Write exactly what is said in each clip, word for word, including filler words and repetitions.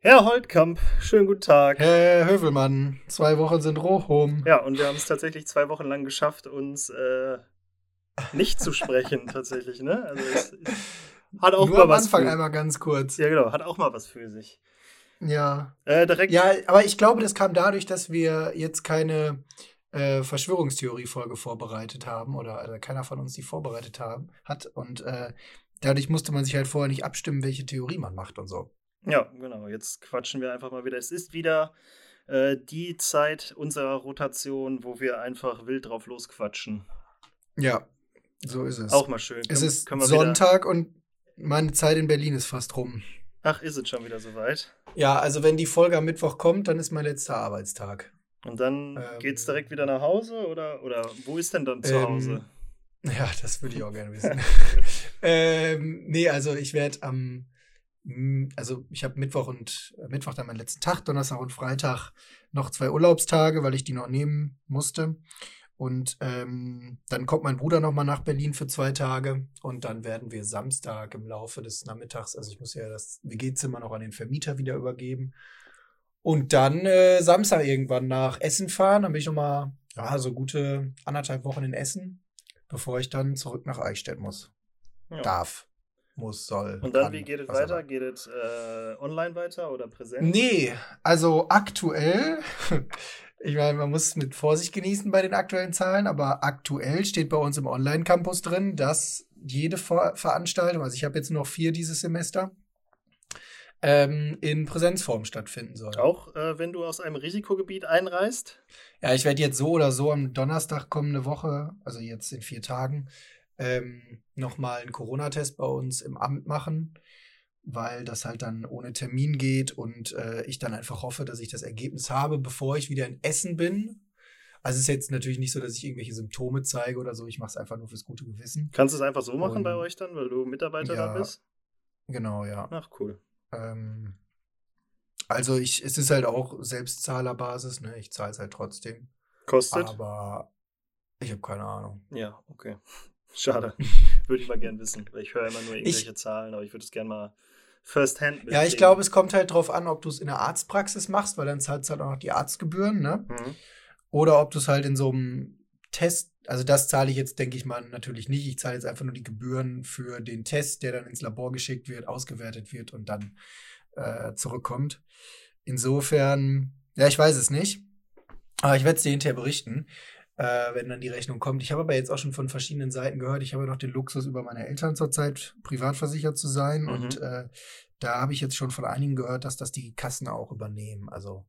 Herr Holtkamp, schönen guten Tag. Herr Hövelmann, zwei Wochen sind rum. Ja, und wir haben es tatsächlich zwei Wochen lang geschafft, uns äh, nicht zu sprechen, tatsächlich, ne? Also es, es hat auch Nur mal am was Anfang für. einmal ganz kurz. Ja, genau, hat auch mal was für sich. Ja. Äh, direkt. Ja, aber ich glaube, das kam dadurch, dass wir jetzt keine äh, Verschwörungstheorie-Folge vorbereitet haben oder also keiner von uns die vorbereitet haben, hat. Und äh, dadurch musste man sich halt vorher nicht abstimmen, welche Theorie man macht und so. Ja, genau, jetzt quatschen wir einfach mal wieder. Es ist wieder äh, die Zeit unserer Rotation, wo wir einfach wild drauf losquatschen. Ja, so ist es. Auch mal schön. Es Können, ist können wir wieder. Sonntag und meine Zeit in Berlin ist fast rum. Ach, ist es schon wieder soweit? Ja, also wenn die Folge am Mittwoch kommt, dann ist mein letzter Arbeitstag. Und dann Ähm, geht's direkt wieder nach Hause oder, oder wo ist denn dann zu Hause? Ähm, ja, das würde ich auch gerne wissen. ähm, nee, also ich werde am, m, also ich habe Mittwoch und äh, Mittwoch dann meinen letzten Tag, Donnerstag und Freitag noch zwei Urlaubstage, weil ich die noch nehmen musste. Und ähm, dann kommt mein Bruder noch mal nach Berlin für zwei Tage und dann werden wir Samstag im Laufe des Nachmittags, also ich muss ja das W G-Zimmer noch an den Vermieter wieder übergeben. Und dann äh, Samstag irgendwann nach Essen fahren. Dann bin ich noch mal, ja, so gute anderthalb Wochen in Essen, bevor ich dann zurück nach Eichstätt muss. Ja. Darf, muss, soll, Und dann, kann, wie geht es was weiter? aber. Geht es äh, online weiter oder präsent? Nee, also aktuell, ich meine, man muss mit Vorsicht genießen bei den aktuellen Zahlen, aber aktuell steht bei uns im Online-Campus drin, dass jede Ver Veranstaltung, also ich habe jetzt noch vier dieses Semester, ähm, in Präsenzform stattfinden soll. Auch äh, wenn du aus einem Risikogebiet einreist? Ja, ich werde jetzt so oder so am Donnerstag kommende Woche, also jetzt in vier Tagen, ähm, nochmal einen Corona-Test bei uns im Amt machen, weil das halt dann ohne Termin geht und äh, ich dann einfach hoffe, dass ich das Ergebnis habe, bevor ich wieder in Essen bin. Also es ist jetzt natürlich nicht so, dass ich irgendwelche Symptome zeige oder so, ich mache es einfach nur fürs gute Gewissen. Kannst du es einfach so machen Und bei euch dann, weil du Mitarbeiter da ja, bist? genau, ja. Ach, cool. Ähm, also ich, es ist halt auch Selbstzahlerbasis, ne? Ich zahle es halt trotzdem. Kostet? Aber ich habe keine Ahnung. Ja, okay. Schade. Würde ich mal gern wissen, weil ich höre immer nur irgendwelche Ich, Zahlen, aber ich würde es gerne mal first-hand ja, ich mitkriegen. glaube, es kommt halt drauf an, ob du es in der Arztpraxis machst, weil dann zahlst du halt auch noch die Arztgebühren, ne? Mhm. Oder ob du es halt in so einem Test, also das zahle ich jetzt, denke ich mal, natürlich nicht. Ich zahle jetzt einfach nur die Gebühren für den Test, der dann ins Labor geschickt wird, ausgewertet wird und dann äh, zurückkommt. Insofern, ja, ich weiß es nicht. Aber ich werde es dir hinterher berichten, äh, wenn dann die Rechnung kommt. Ich habe aber jetzt auch schon von verschiedenen Seiten gehört, ich habe noch den Luxus, über meine Eltern zurzeit privat versichert zu sein. Mhm. Und äh, da habe ich jetzt schon von einigen gehört, dass das die Kassen auch übernehmen. Also,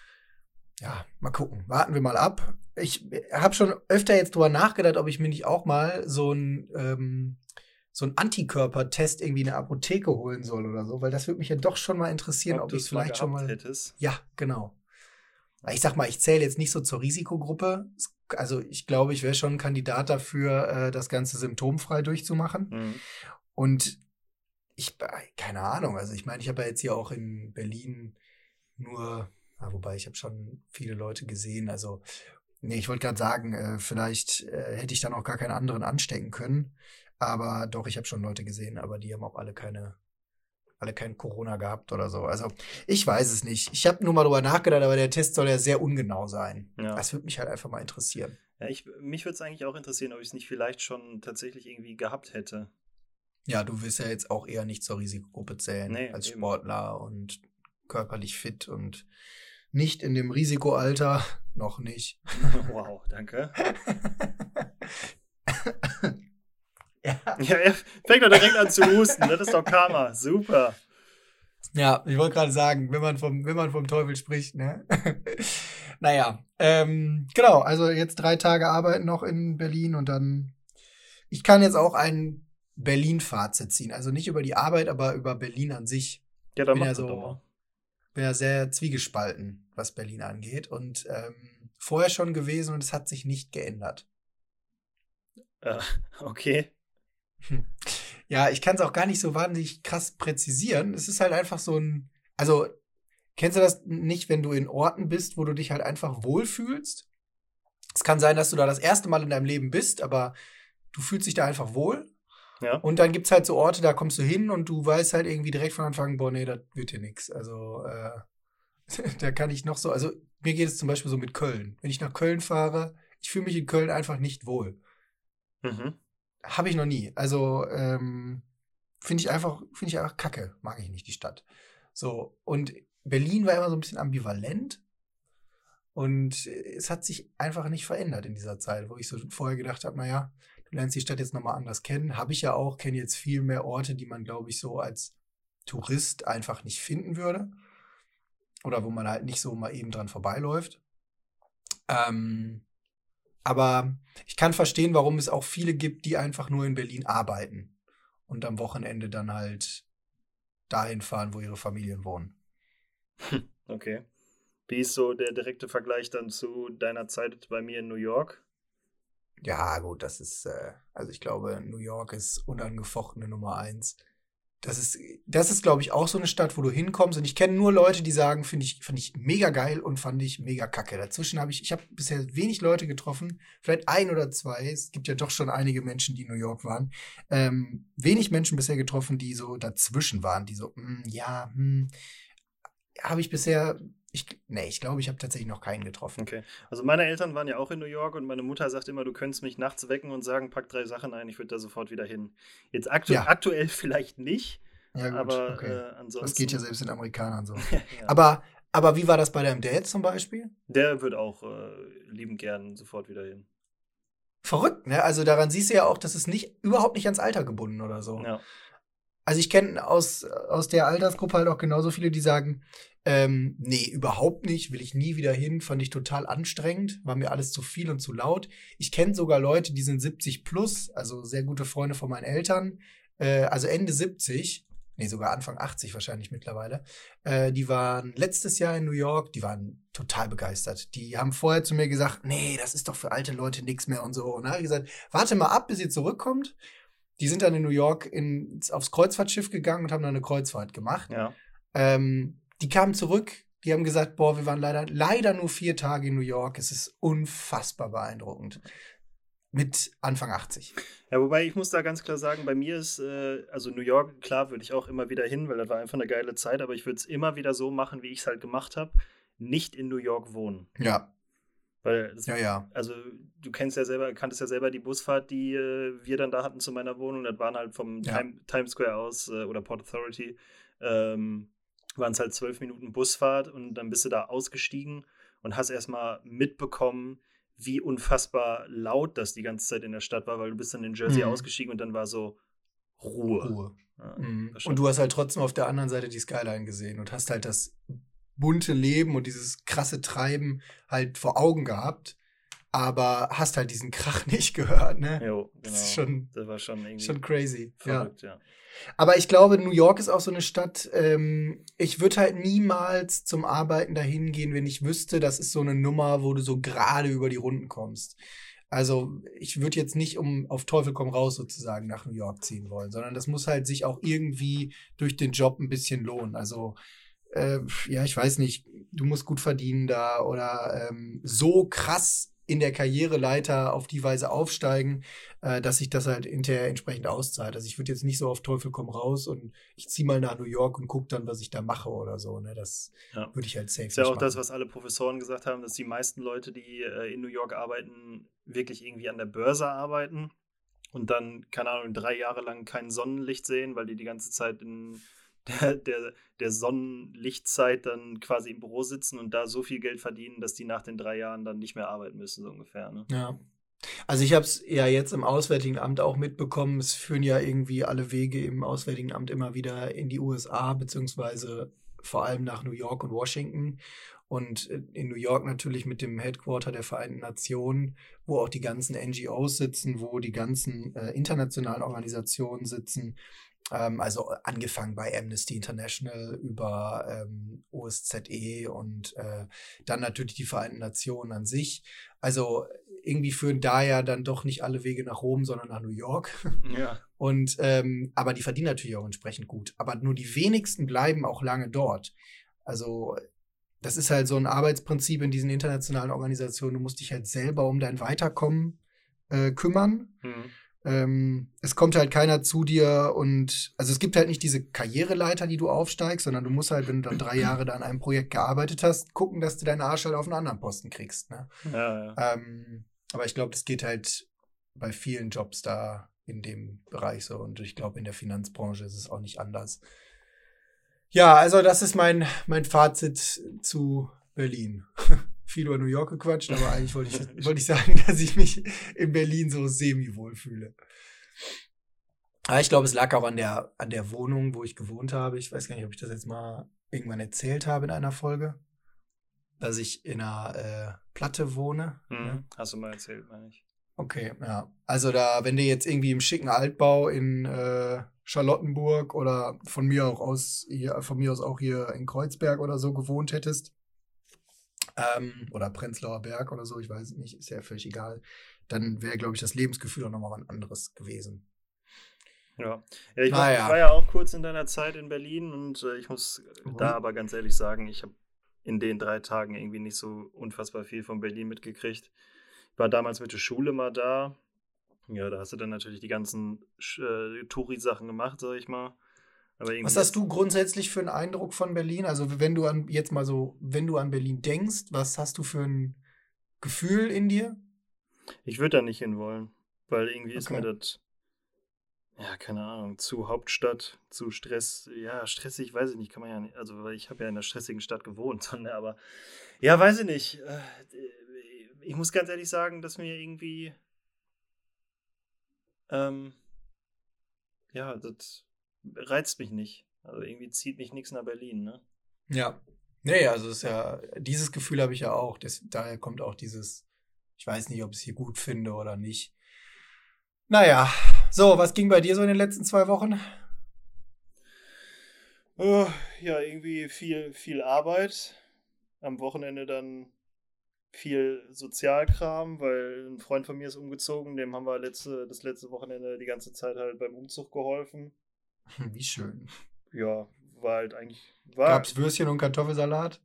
ja, mal gucken. Warten wir mal ab. Ich habe schon öfter jetzt drüber nachgedacht, ob ich mir nicht auch mal so ein ähm, so ein Antikörpertest irgendwie in der Apotheke holen soll oder so, weil das würde mich ja doch schon mal interessieren, Ob ob du ich es es mal vielleicht schon gehabt mal. hättest. Ja, genau. Weil ich sag mal, ich zähle jetzt nicht so zur Risikogruppe. Es- Also ich glaube, ich wäre schon ein Kandidat dafür, äh, das Ganze symptomfrei durchzumachen. Mhm. Und ich, äh, keine Ahnung, also ich meine, ich habe ja jetzt hier auch in Berlin nur, ja, wobei ich habe schon viele Leute gesehen. Also, nee, ich wollte gerade sagen, äh, vielleicht äh, hätte ich dann auch gar keinen anderen anstecken können. Aber doch, ich habe schon Leute gesehen, aber die haben auch alle keine, alle kein Corona gehabt oder so. Also, ich weiß es nicht. Ich habe nur mal drüber nachgedacht, aber der Test soll ja sehr ungenau sein. Ja. Das würde mich halt einfach mal interessieren. Ja, ich, mich würde es eigentlich auch interessieren, ob ich es nicht vielleicht schon tatsächlich irgendwie gehabt hätte. Ja, du wirst ja jetzt auch eher nicht zur Risikogruppe zählen Nee, als eben. Sportler und körperlich fit und nicht in dem Risikoalter. Noch nicht. Wow, danke. Ja. Ja, er fängt doch direkt an zu husten. Das ist doch Karma. Super. Ja, ich wollte gerade sagen, wenn man vom, wenn man vom Teufel spricht, ne? Naja, ähm, genau, also jetzt drei Tage arbeiten noch in Berlin und dann, ich kann jetzt auch ein Berlin-Fazit ziehen. Also nicht über die Arbeit, aber über Berlin an sich. Ja, Ich dann bin mach ja das doch so, mal. bin ja sehr zwiegespalten, was Berlin angeht und ähm, vorher schon gewesen und es hat sich nicht geändert. Äh, okay. Hm. Ja, ich kann es auch gar nicht so wahnsinnig krass präzisieren. Es ist halt einfach so ein, also kennst du das nicht, wenn du in Orten bist, wo du dich halt einfach wohlfühlst? Es kann sein, dass du da das erste Mal in deinem Leben bist, aber du fühlst dich da einfach wohl. Ja. Und dann gibt's halt so Orte, da kommst du hin und du weißt halt irgendwie direkt von Anfang an, boah, nee, das wird hier nix. Also, äh, da kann ich noch so, also mir geht es zum Beispiel so mit Köln. Wenn ich nach Köln fahre, ich fühle mich in Köln einfach nicht wohl. Mhm. Habe ich noch nie. Also, ähm, finde ich einfach, finde ich einfach kacke. Mag ich nicht, die Stadt. So, und Berlin war immer so ein bisschen ambivalent. Und es hat sich einfach nicht verändert in dieser Zeit, wo ich so vorher gedacht habe, naja, du lernst die Stadt jetzt nochmal anders kennen. Habe ich ja auch, kenne jetzt viel mehr Orte, die man, glaube ich, so als Tourist einfach nicht finden würde. Oder wo man halt nicht so mal eben dran vorbeiläuft. Ähm, aber ich kann verstehen, warum es auch viele gibt, die einfach nur in Berlin arbeiten und am Wochenende dann halt dahin fahren, wo ihre Familien wohnen. Okay. Wie ist so der direkte Vergleich dann zu deiner Zeit bei mir in New York? Ja, gut, das ist, äh, also ich glaube, New York ist unangefochtene Nummer eins. Das ist, das ist, glaube ich, auch so eine Stadt, wo du hinkommst. Und ich kenne nur Leute, die sagen, finde ich, fand ich mega geil und fand ich mega kacke. Dazwischen habe ich, ich habe bisher wenig Leute getroffen, vielleicht ein oder zwei. Es gibt ja doch schon einige Menschen, die in New York waren. Ähm, wenig Menschen bisher getroffen, die so dazwischen waren, die so, mm, ja, hm, habe ich bisher, ich, nee, ich glaube, ich habe tatsächlich noch keinen getroffen. Okay. Also meine Eltern waren ja auch in New York und meine Mutter sagt immer, du könntest mich nachts wecken und sagen, pack drei Sachen ein, ich würde da sofort wieder hin. Jetzt aktu Ja. aktuell vielleicht nicht, Ja, gut, aber okay. äh, ansonsten. Das geht ja selbst den Amerikanern so. ja. Aber, aber wie war das bei deinem Dad zum Beispiel? Der wird auch äh, liebend gern sofort wieder hin. Verrückt, ne? Also daran siehst du ja auch, dass es nicht überhaupt nicht ans Alter gebunden oder so. Ja. Also ich kenne aus, aus der Altersgruppe halt auch genauso viele, die sagen, ähm, nee, überhaupt nicht, will ich nie wieder hin, fand ich total anstrengend, war mir alles zu viel und zu laut. Ich kenne sogar Leute, die sind siebzig plus, also sehr gute Freunde von meinen Eltern, äh, also Ende siebzig, nee, sogar Anfang achtzig wahrscheinlich mittlerweile, äh, die waren letztes Jahr in New York, die waren total begeistert. Die haben vorher zu mir gesagt, nee, das ist doch für alte Leute nichts mehr und so. Und dann habe ich gesagt, warte mal ab, bis ihr zurückkommt. Die sind dann in New York in, aufs Kreuzfahrtschiff gegangen und haben dann eine Kreuzfahrt gemacht. Ja. Ähm, die kamen zurück, die haben gesagt, boah, wir waren leider, leider nur vier Tage in New York. Es ist unfassbar beeindruckend. Mit Anfang achtzig. Ja, wobei ich muss da ganz klar sagen, bei mir ist, äh, also New York, klar, würde ich auch immer wieder hin, weil das war einfach eine geile Zeit, aber ich würde es immer wieder so machen, wie ich es halt gemacht habe, nicht in New York wohnen. Ja. Weil, das, ja, ja. Also du kennst ja selber, kanntest ja selber die Busfahrt, die äh, wir dann da hatten zu meiner Wohnung. Das waren halt vom Ja. Time, Times Square aus äh, oder Port Authority, ähm, waren es halt zwölf Minuten Busfahrt und dann bist du da ausgestiegen und hast erstmal mitbekommen, wie unfassbar laut das die ganze Zeit in der Stadt war, weil du bist dann in Jersey Mhm. ausgestiegen und dann war so Ruhe. Ruhe. Ja, Mhm. das schon- Und du hast halt trotzdem auf der anderen Seite die Skyline gesehen und hast halt das bunte Leben und dieses krasse Treiben halt vor Augen gehabt, aber hast halt diesen Krach nicht gehört, ne? Jo, Das genau. ist schon, Das war schon irgendwie schon crazy. Ja. verrückt, ja. Aber ich glaube, New York ist auch so eine Stadt, ähm, ich würde halt niemals zum Arbeiten dahin gehen, wenn ich wüsste, das ist so eine Nummer, wo du so gerade über die Runden kommst. Also ich würde jetzt nicht um auf Teufel komm raus sozusagen nach New York ziehen wollen, sondern das muss halt sich auch irgendwie durch den Job ein bisschen lohnen. Also äh, ja, ich weiß nicht, du musst gut verdienen da oder ähm, so krass in der Karriereleiter auf die Weise aufsteigen, äh, dass sich das halt hinterher entsprechend auszahlt. Also ich würde jetzt nicht so auf Teufel komm raus und ich ziehe mal nach New York und gucke dann, was ich da mache oder so. Ne? Das Ja. würde ich halt safe Ist ja nicht auch das, machen. was alle Professoren gesagt haben, dass die meisten Leute, die äh, in New York arbeiten, wirklich irgendwie an der Börse arbeiten und dann, keine Ahnung, drei Jahre lang kein Sonnenlicht sehen, weil die die ganze Zeit in der, der, der Sonnenlichtzeit dann quasi im Büro sitzen und da so viel Geld verdienen, dass die nach den drei Jahren dann nicht mehr arbeiten müssen, so ungefähr. Ne? Ja. Also ich habe es ja jetzt im Auswärtigen Amt auch mitbekommen, es führen ja irgendwie alle Wege im Auswärtigen Amt immer wieder in die U S A, beziehungsweise vor allem nach New York und Washington. Und in New York natürlich mit dem Headquarter der Vereinten Nationen, wo auch die ganzen N G Os sitzen, wo die ganzen äh, internationalen Organisationen sitzen. Ähm, also angefangen bei Amnesty International über ähm, O S Z E und äh, dann natürlich die Vereinten Nationen an sich. Also irgendwie führen da ja dann doch nicht alle Wege nach Rom, sondern nach New York. Ja. Und ähm, aber die verdienen natürlich auch entsprechend gut. Aber nur die wenigsten bleiben auch lange dort. Also das ist halt so ein Arbeitsprinzip in diesen internationalen Organisationen. Du musst dich halt selber um dein Weiterkommen äh, kümmern. Mhm. Ähm, es kommt halt keiner zu dir und also es gibt halt nicht diese Karriereleiter, die du aufsteigst, sondern du musst halt, wenn du dann drei Jahre da an einem Projekt gearbeitet hast, gucken, dass du deinen Arsch halt auf einen anderen Posten kriegst. Ne? Ja, ja. Ähm, aber ich glaube, das geht halt bei vielen Jobs da in dem Bereich so und ich glaube, in der Finanzbranche ist es auch nicht anders. Ja, also das ist mein, mein Fazit zu Berlin. Viel über New York gequatscht, aber eigentlich wollte ich, wollte ich sagen, dass ich mich in Berlin so semi-wohl fühle. Aber ich glaube, es lag auch an der, an der Wohnung, wo ich gewohnt habe. Ich weiß gar nicht, ob ich das jetzt mal irgendwann erzählt habe in einer Folge, dass ich in einer äh, Platte wohne. Hm, ne? Hast du mal erzählt, meine ich. Okay, ja. Also da, wenn du jetzt irgendwie im schicken Altbau in äh, Charlottenburg oder von mir auch aus hier, von mir aus auch hier in Kreuzberg oder so gewohnt hättest, ähm, oder Prenzlauer Berg oder so, ich weiß es nicht, ist ja völlig egal, dann wäre, glaube ich, das Lebensgefühl auch nochmal ein anderes gewesen. Ja, ja, ich, war, Naja. ich war ja auch kurz in deiner Zeit in Berlin und äh, ich muss Mhm. da aber ganz ehrlich sagen, ich habe in den drei Tagen irgendwie nicht so unfassbar viel von Berlin mitgekriegt. Ich war damals mit der Schule mal da. Ja, da hast du dann natürlich die ganzen äh, Touri-Sachen gemacht, sag ich mal. Aber irgendwie Was hast jetzt- du grundsätzlich für einen Eindruck von Berlin? Also wenn du an jetzt mal so, wenn du an Berlin denkst, was hast du für ein Gefühl in dir? Ich würde da nicht hinwollen, weil irgendwie ist Okay. mir das, ja, keine Ahnung, zu Hauptstadt, zu Stress, ja, stressig, weiß ich nicht, kann man ja nicht, also weil ich habe ja in einer stressigen Stadt gewohnt, so, ne, aber ja, weiß ich nicht. Äh, Ich muss ganz ehrlich sagen, dass mir irgendwie, ähm, ja, das reizt mich nicht. Also irgendwie zieht mich nichts nach Berlin, ne? Ja. Nee, also es ist ja, dieses Gefühl habe ich ja auch. Das, daher kommt auch dieses, ich weiß nicht, ob ich es hier gut finde oder nicht. Naja, so, was ging bei dir so in den letzten zwei Wochen? Oh, ja, irgendwie viel, viel Arbeit. Am Wochenende dann viel Sozialkram, weil ein Freund von mir ist umgezogen, dem haben wir letzte, das letzte Wochenende die ganze Zeit halt beim Umzug geholfen. Wie schön. Ja, war halt eigentlich, war, Gab's Würstchen und Kartoffelsalat?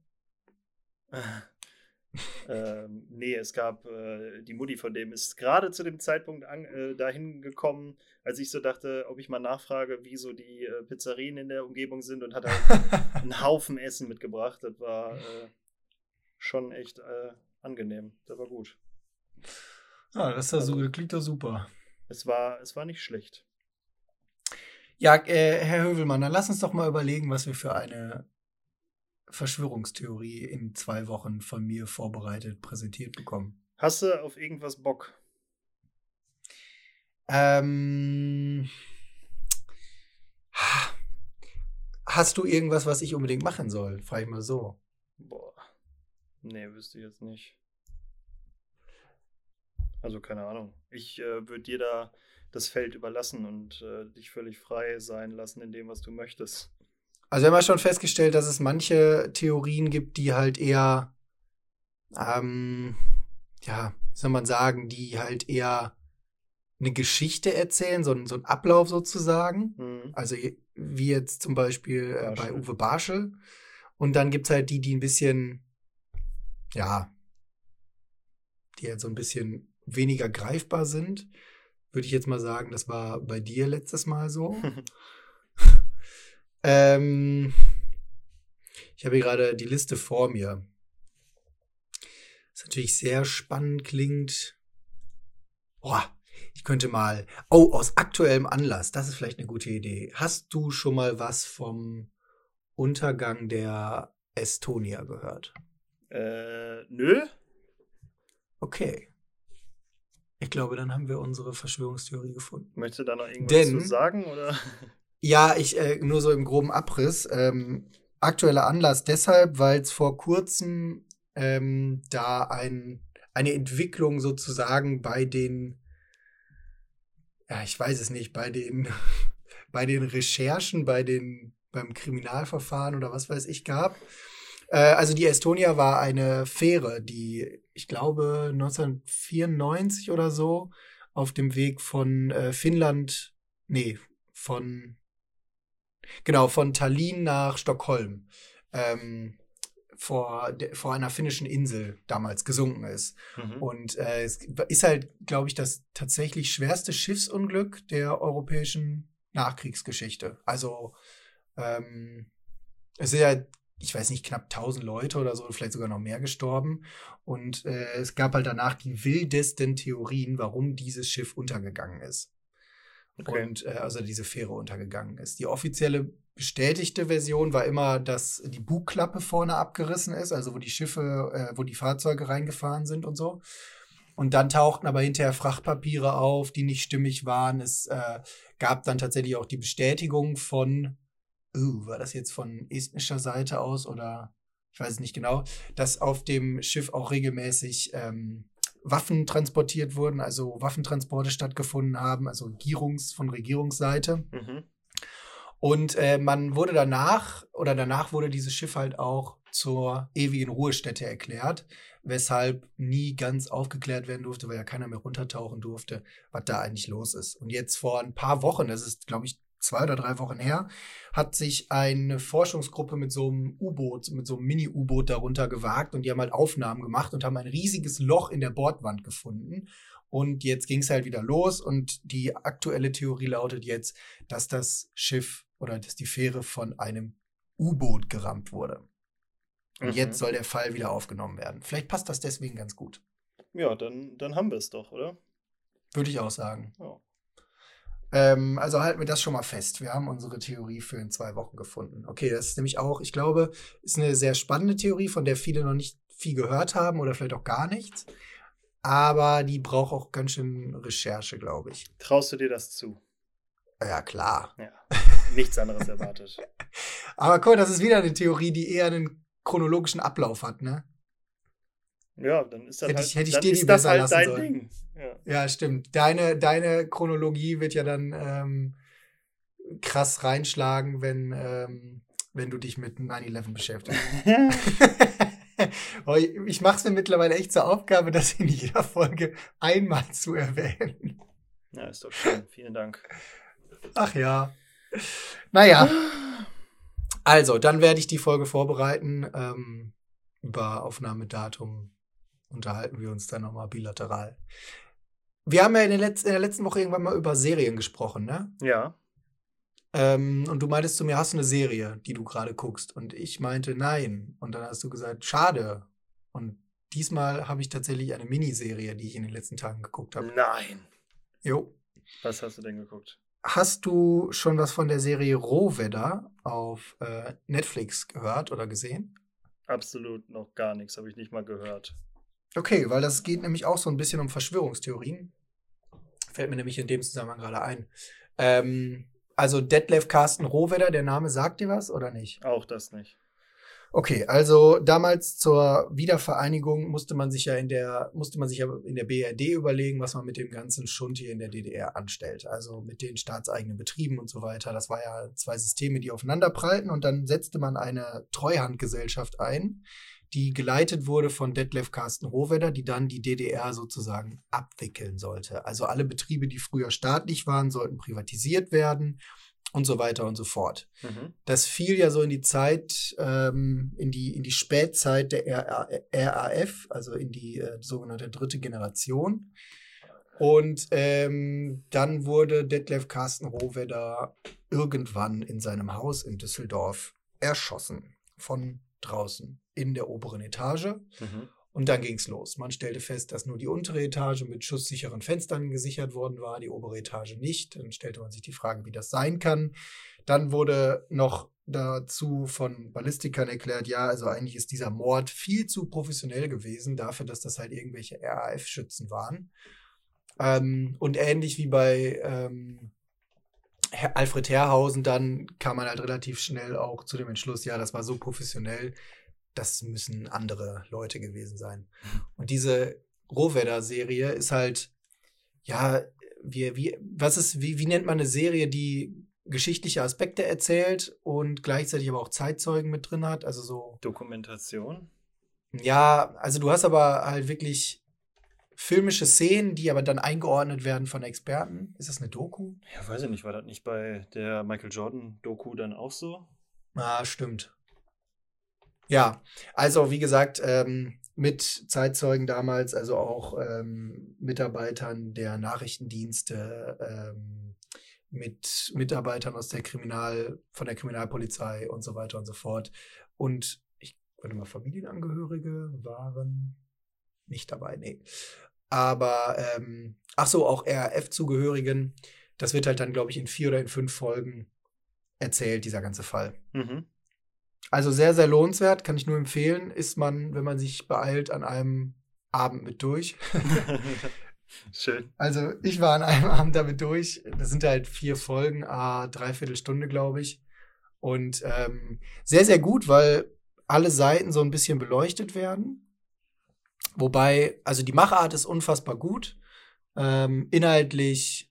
ähm, nee, es gab, äh, die Mutti von dem ist gerade zu dem Zeitpunkt an, äh, dahin gekommen, als ich so dachte, ob ich mal nachfrage, wie so die äh, Pizzerien in der Umgebung sind und hat halt einen Haufen Essen mitgebracht. Das war äh, schon echt äh, angenehm. Das war gut. Ja, das, ist doch so, das klingt doch super. Es war, es war nicht schlecht. Ja, äh, Herr Hövelmann, dann lass uns doch mal überlegen, was wir für eine Verschwörungstheorie in zwei Wochen von mir vorbereitet präsentiert bekommen. Hast du auf irgendwas Bock? Ähm, hast du irgendwas, was ich unbedingt machen soll? Frage ich mal so. Boah. Nee, wüsste ich jetzt nicht. Also keine Ahnung. Ich äh, würde dir da das Feld überlassen und äh, dich völlig frei sein lassen in dem, was du möchtest. Also wir haben ja schon festgestellt, dass es manche Theorien gibt, die halt eher, ähm, ja, wie soll man sagen, die halt eher eine Geschichte erzählen, so, ein- so ein Ablauf sozusagen. Mhm. Also wie jetzt zum Beispiel äh, bei Barschel. Uwe Barschel. Und dann gibt's halt die, die ein bisschen, ja, die halt so ein bisschen weniger greifbar sind. Würde ich jetzt mal sagen, das war bei dir letztes Mal so. ähm, ich habe hier gerade die Liste vor mir. Was natürlich sehr spannend klingt. Boah, ich könnte mal. Oh, aus aktuellem Anlass. Das ist vielleicht eine gute Idee. Hast du schon mal was vom Untergang der Estonia gehört? äh, nö? Okay. Ich glaube, dann haben wir unsere Verschwörungstheorie gefunden. Möchtest du da noch irgendwas Denn- zu sagen? Oder? Ja, ich äh, nur so im groben Abriss. Ähm, aktueller Anlass deshalb, weil es vor kurzem ähm, da ein, eine Entwicklung sozusagen bei den, ja, ich weiß es nicht, bei den, bei den Recherchen, bei den, beim Kriminalverfahren oder was weiß ich gab. Äh, also die Estonia war eine Fähre, die, ich glaube, neunzehnhundertvierundneunzig oder so auf dem Weg von äh, Finnland, nee, von Genau, von Tallinn nach Stockholm ähm, vor, de, vor einer finnischen Insel damals gesunken ist. Mhm. Und äh, es ist halt, glaube ich, das tatsächlich schwerste Schiffsunglück der europäischen Nachkriegsgeschichte. Also ähm, es sind ja, ich weiß nicht, knapp tausend Leute oder so, vielleicht sogar noch mehr gestorben. Und äh, es gab halt danach die wildesten Theorien, warum dieses Schiff untergegangen ist. Okay. Und äh, also diese Fähre untergegangen ist. Die offizielle bestätigte Version war immer, dass die Bugklappe vorne abgerissen ist, also wo die Schiffe, äh, wo die Fahrzeuge reingefahren sind und so. Und dann tauchten aber hinterher Frachtpapiere auf, die nicht stimmig waren. Es äh, gab dann tatsächlich auch die Bestätigung von, uh, war das jetzt von estnischer Seite aus oder ich weiß es nicht genau, dass auf dem Schiff auch regelmäßig ähm, Waffen transportiert wurden, also Waffentransporte stattgefunden haben, also Regierungs, von Regierungsseite. Mhm. Und äh, man wurde danach, oder danach wurde dieses Schiff halt auch zur ewigen Ruhestätte erklärt, weshalb nie ganz aufgeklärt werden durfte, weil ja keiner mehr runtertauchen durfte, was da eigentlich los ist. Und jetzt vor ein paar Wochen, das ist, glaube ich, zwei oder drei Wochen her, hat sich eine Forschungsgruppe mit so einem U-Boot, mit so einem Mini-U-Boot darunter gewagt und die haben halt Aufnahmen gemacht und haben ein riesiges Loch in der Bordwand gefunden. Und jetzt ging es halt wieder los und die aktuelle Theorie lautet jetzt, dass das Schiff oder dass die Fähre von einem U-Boot gerammt wurde. Und Mhm. jetzt soll der Fall wieder aufgenommen werden. Vielleicht passt das deswegen ganz gut. Ja, dann, dann haben wir es doch, oder? Würde ich auch sagen. Ja. Ähm, also halten wir das schon mal fest. Wir haben unsere Theorie für in zwei Wochen gefunden. Okay, das ist nämlich auch, ich glaube, ist eine sehr spannende Theorie, von der viele noch nicht viel gehört haben oder vielleicht auch gar nichts. Aber die braucht auch ganz schön Recherche, glaube ich. Traust du dir das zu? Ja, klar. Ja. Nichts anderes erwartet. Aber guck, das ist wieder eine Theorie, die eher einen chronologischen Ablauf hat, ne? Ja, dann ist das Hätte halt, ich- hätte ich dann dir die ist das besser halt lassen dein sollen. Ding. Ja. Ja, stimmt. Deine, deine Chronologie wird ja dann ähm, krass reinschlagen, wenn, ähm, wenn du dich mit nine eleven beschäftigst. Aber ich ich mache es mir mittlerweile echt zur Aufgabe, das in jeder Folge einmal zu erwähnen. Ja, ist doch schön. Vielen Dank. Ach ja. Naja, also, dann werde ich die Folge vorbereiten. Ähm, über Aufnahmedatum unterhalten wir uns dann nochmal bilateral. Wir haben ja in der, Letz-, in der letzten Woche irgendwann mal über Serien gesprochen, ne? Ja. Ähm, und du meintest zu mir, hast du eine Serie, die du gerade guckst? Und ich meinte, nein. Und dann hast du gesagt, schade. Und diesmal habe ich tatsächlich eine Miniserie, die ich in den letzten Tagen geguckt habe. Nein. Jo. Was hast du denn geguckt? Hast du schon was von der Serie Rohwedder auf äh, Netflix gehört oder gesehen? Absolut noch gar nichts. Habe ich nicht mal gehört. Okay, weil das geht nämlich auch so ein bisschen um Verschwörungstheorien. Fällt mir nämlich in dem Zusammenhang gerade ein. Ähm, also Detlef Carsten Rohwedder, der Name sagt dir was oder nicht? Auch das nicht. Okay, also damals zur Wiedervereinigung musste man sich ja in der musste man sich ja in der B R D überlegen, was man mit dem ganzen Schund hier in der D D R anstellt. Also mit den staatseigenen Betrieben und so weiter. Das war ja zwei Systeme, die aufeinander prallten und dann setzte man eine Treuhandgesellschaft ein, die geleitet wurde von Detlef Carsten Rohwedder, die dann die D D R sozusagen abwickeln sollte. Also alle Betriebe, die früher staatlich waren, sollten privatisiert werden. Und so weiter und so fort. Mhm. Das fiel ja so in die Zeit, ähm, in die, in die Spätzeit der R A F, also in die äh, sogenannte dritte Generation. Und ähm, dann wurde Detlef Carsten Rohwedder irgendwann in seinem Haus in Düsseldorf erschossen. Von draußen in der oberen Etage. Mhm. Und dann ging's los. Man stellte fest, dass nur die untere Etage mit schusssicheren Fenstern gesichert worden war, die obere Etage nicht. Dann stellte man sich die Frage, wie das sein kann. Dann wurde noch dazu von Ballistikern erklärt, ja, also eigentlich ist dieser Mord viel zu professionell gewesen, dafür, dass das halt irgendwelche R A F-Schützen waren. Ähm, und ähnlich wie bei ähm, Alfred Herrhausen, dann kam man halt relativ schnell auch zu dem Entschluss, ja, das war so professionell, das müssen andere Leute gewesen sein. Und diese Rohwedder-Serie ist halt, ja, wie, wie, was ist, wie, wie nennt man eine Serie, die geschichtliche Aspekte erzählt und gleichzeitig aber auch Zeitzeugen mit drin hat? Also so. Dokumentation? Ja, also du hast aber halt wirklich filmische Szenen, die aber dann eingeordnet werden von Experten. Ist das eine Doku? Ja, weiß ich nicht. War das nicht bei der Michael Jordan-Doku dann auch so? Ah, stimmt. Ja, also wie gesagt, ähm, mit Zeitzeugen damals, also auch ähm, Mitarbeitern der Nachrichtendienste, ähm, mit Mitarbeitern aus der Kriminal, von der Kriminalpolizei und so weiter und so fort. Und ich, warte mal, Familienangehörige waren nicht dabei, nee. Aber, ähm, ach so, auch R A F-Zugehörigen. Das wird halt dann, glaube ich, in vier oder in fünf Folgen erzählt, dieser ganze Fall. Mhm. Also sehr, sehr lohnenswert, kann ich nur empfehlen. Ist man, wenn man sich beeilt, an einem Abend mit durch. Schön. Also ich war an einem Abend damit durch. Das sind halt vier Folgen, ah, dreiviertel Stunde, glaube ich. Und ähm, sehr, sehr gut, weil alle Seiten so ein bisschen beleuchtet werden. Wobei, also die Machart ist unfassbar gut. Ähm, inhaltlich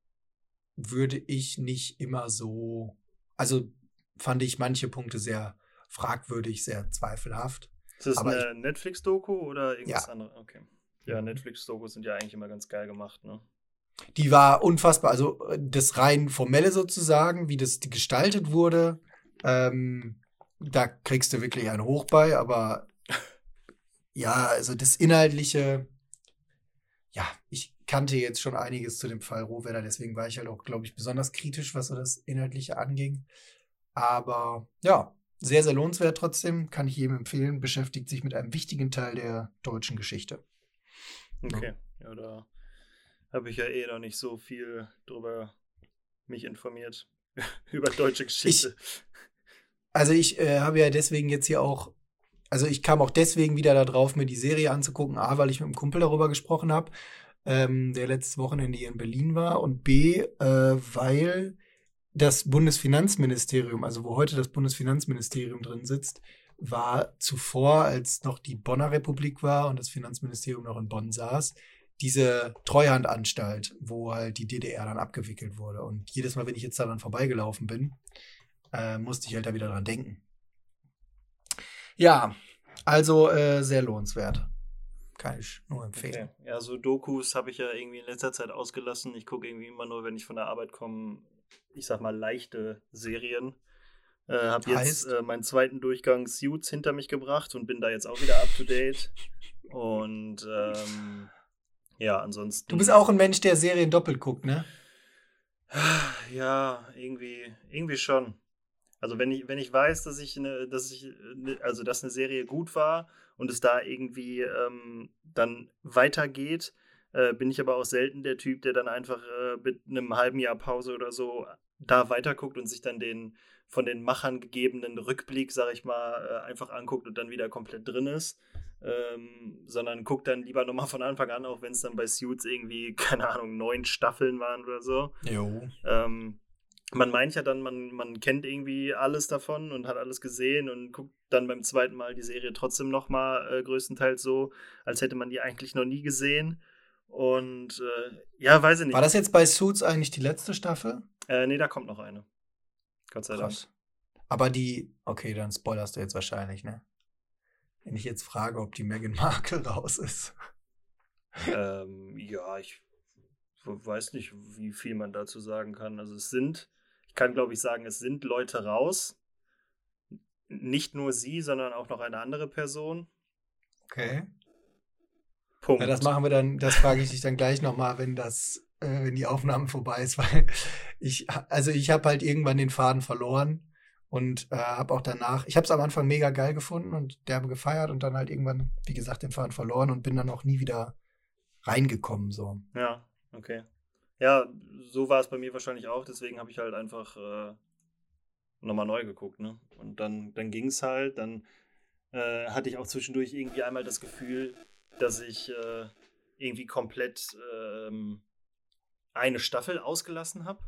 würde ich nicht immer so, also fand ich manche Punkte sehr fragwürdig, sehr zweifelhaft. Ist das Aber eine Netflix-Doku oder irgendwas Ja. anderes? Okay. Ja, Netflix-Dokus sind ja eigentlich immer ganz geil gemacht, ne? Die war unfassbar, also äh, das rein formelle sozusagen, wie das gestaltet wurde, ähm, da kriegst du wirklich einen Hoch bei, aber ja, also das Inhaltliche, ja, ich kannte jetzt schon einiges zu dem Fall Rohwedder, deswegen war ich halt auch, glaube ich, besonders kritisch, was so das Inhaltliche anging. Aber ja, sehr, sehr lohnenswert trotzdem, kann ich jedem empfehlen, beschäftigt sich mit einem wichtigen Teil der deutschen Geschichte. Okay. Ja, da habe ich ja eh noch nicht so viel drüber mich informiert. Über deutsche Geschichte. Also ich äh, habe ja deswegen jetzt hier auch, also ich kam auch deswegen wieder da drauf, mir die Serie anzugucken. A, weil ich mit einem Kumpel darüber gesprochen habe, ähm, der letztes Wochenende hier in Berlin war. Und B, äh, weil das Bundesfinanzministerium, also wo heute das Bundesfinanzministerium drin sitzt, war zuvor, als noch die Bonner Republik war und das Finanzministerium noch in Bonn saß, diese Treuhandanstalt, wo halt die D D R dann abgewickelt wurde. Und jedes Mal, wenn ich jetzt daran vorbeigelaufen bin, äh, musste ich halt da wieder dran denken. Ja, also äh, sehr lohnenswert. Kann ich nur empfehlen. Okay. Ja, so Dokus habe ich ja irgendwie in letzter Zeit ausgelassen. Ich gucke irgendwie immer nur, wenn ich von der Arbeit komme, ich sag mal leichte Serien. Äh, habe jetzt Heißt? äh, meinen zweiten Durchgang Suits hinter mich gebracht und bin da jetzt auch wieder up to date. Und ähm, ja, ansonsten. Du bist auch ein Mensch, der Serien doppelt guckt, ne? Ja, irgendwie, irgendwie schon. Also wenn ich, wenn ich weiß, dass ich eine, dass ich, ne- also dass eine Serie gut war und es da irgendwie ähm, dann weitergeht, äh, bin ich aber auch selten der Typ, der dann einfach äh, mit einem halben Jahr Pause oder so da weiterguckt und sich dann den von den Machern gegebenen Rückblick, sag ich mal, äh, einfach anguckt und dann wieder komplett drin ist. Ähm, sondern guckt dann lieber nochmal von Anfang an, auch wenn es dann bei Suits irgendwie, keine Ahnung, neun Staffeln waren oder so. Jo. Ähm, man meint ja dann, man, man kennt irgendwie alles davon und hat alles gesehen und guckt dann beim zweiten Mal die Serie trotzdem nochmal äh, größtenteils so, als hätte man die eigentlich noch nie gesehen. Und äh, ja, weiß ich nicht. War das jetzt bei Suits eigentlich die letzte Staffel? Äh, nee, da kommt noch eine. Gott sei Dank. Krass. Aber die, okay, dann spoilerst du jetzt wahrscheinlich, ne? Wenn ich jetzt frage, ob die Meghan Markle raus ist. Ähm, ja, ich w- weiß nicht, wie viel man dazu sagen kann. Also es sind, ich kann glaube ich sagen, es sind Leute raus. Nicht nur sie, sondern auch noch eine andere Person. Okay. Punkt. Ja, das machen wir dann, das frage ich dich dann gleich nochmal, wenn das, äh, wenn die Aufnahme vorbei ist, weil ich, also ich habe halt irgendwann den Faden verloren und äh, habe auch danach, ich habe es am Anfang mega geil gefunden und derbe gefeiert und dann halt irgendwann, wie gesagt, den Faden verloren und bin dann auch nie wieder reingekommen, so. Ja, okay. Ja, so war es bei mir wahrscheinlich auch, deswegen habe ich halt einfach äh, nochmal neu geguckt, ne? Und dann, dann ging es halt, dann äh, hatte ich auch zwischendurch irgendwie einmal das Gefühl, dass ich äh, irgendwie komplett ähm, eine Staffel ausgelassen habe.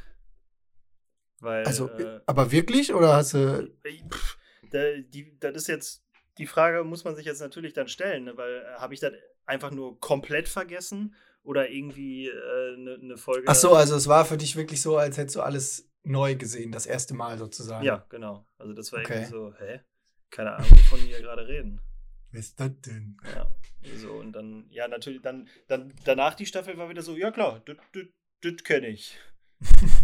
Weil, Also, äh, aber wirklich oder hast du, äh, pff, da, die, das ist jetzt, die Frage muss man sich jetzt natürlich dann stellen, ne? Weil äh, habe ich das einfach nur komplett vergessen oder irgendwie eine äh, ne ne Folge. ach so, also es war für dich wirklich so, als hättest du alles neu gesehen, das erste Mal sozusagen. Ja, genau. Also das war Okay. irgendwie so, hä? Keine Ahnung, wovon wir gerade reden. Wer ist das denn? Ja, so und dann, ja, natürlich, dann, dann danach die Staffel war wieder so, ja klar, das kenne ich.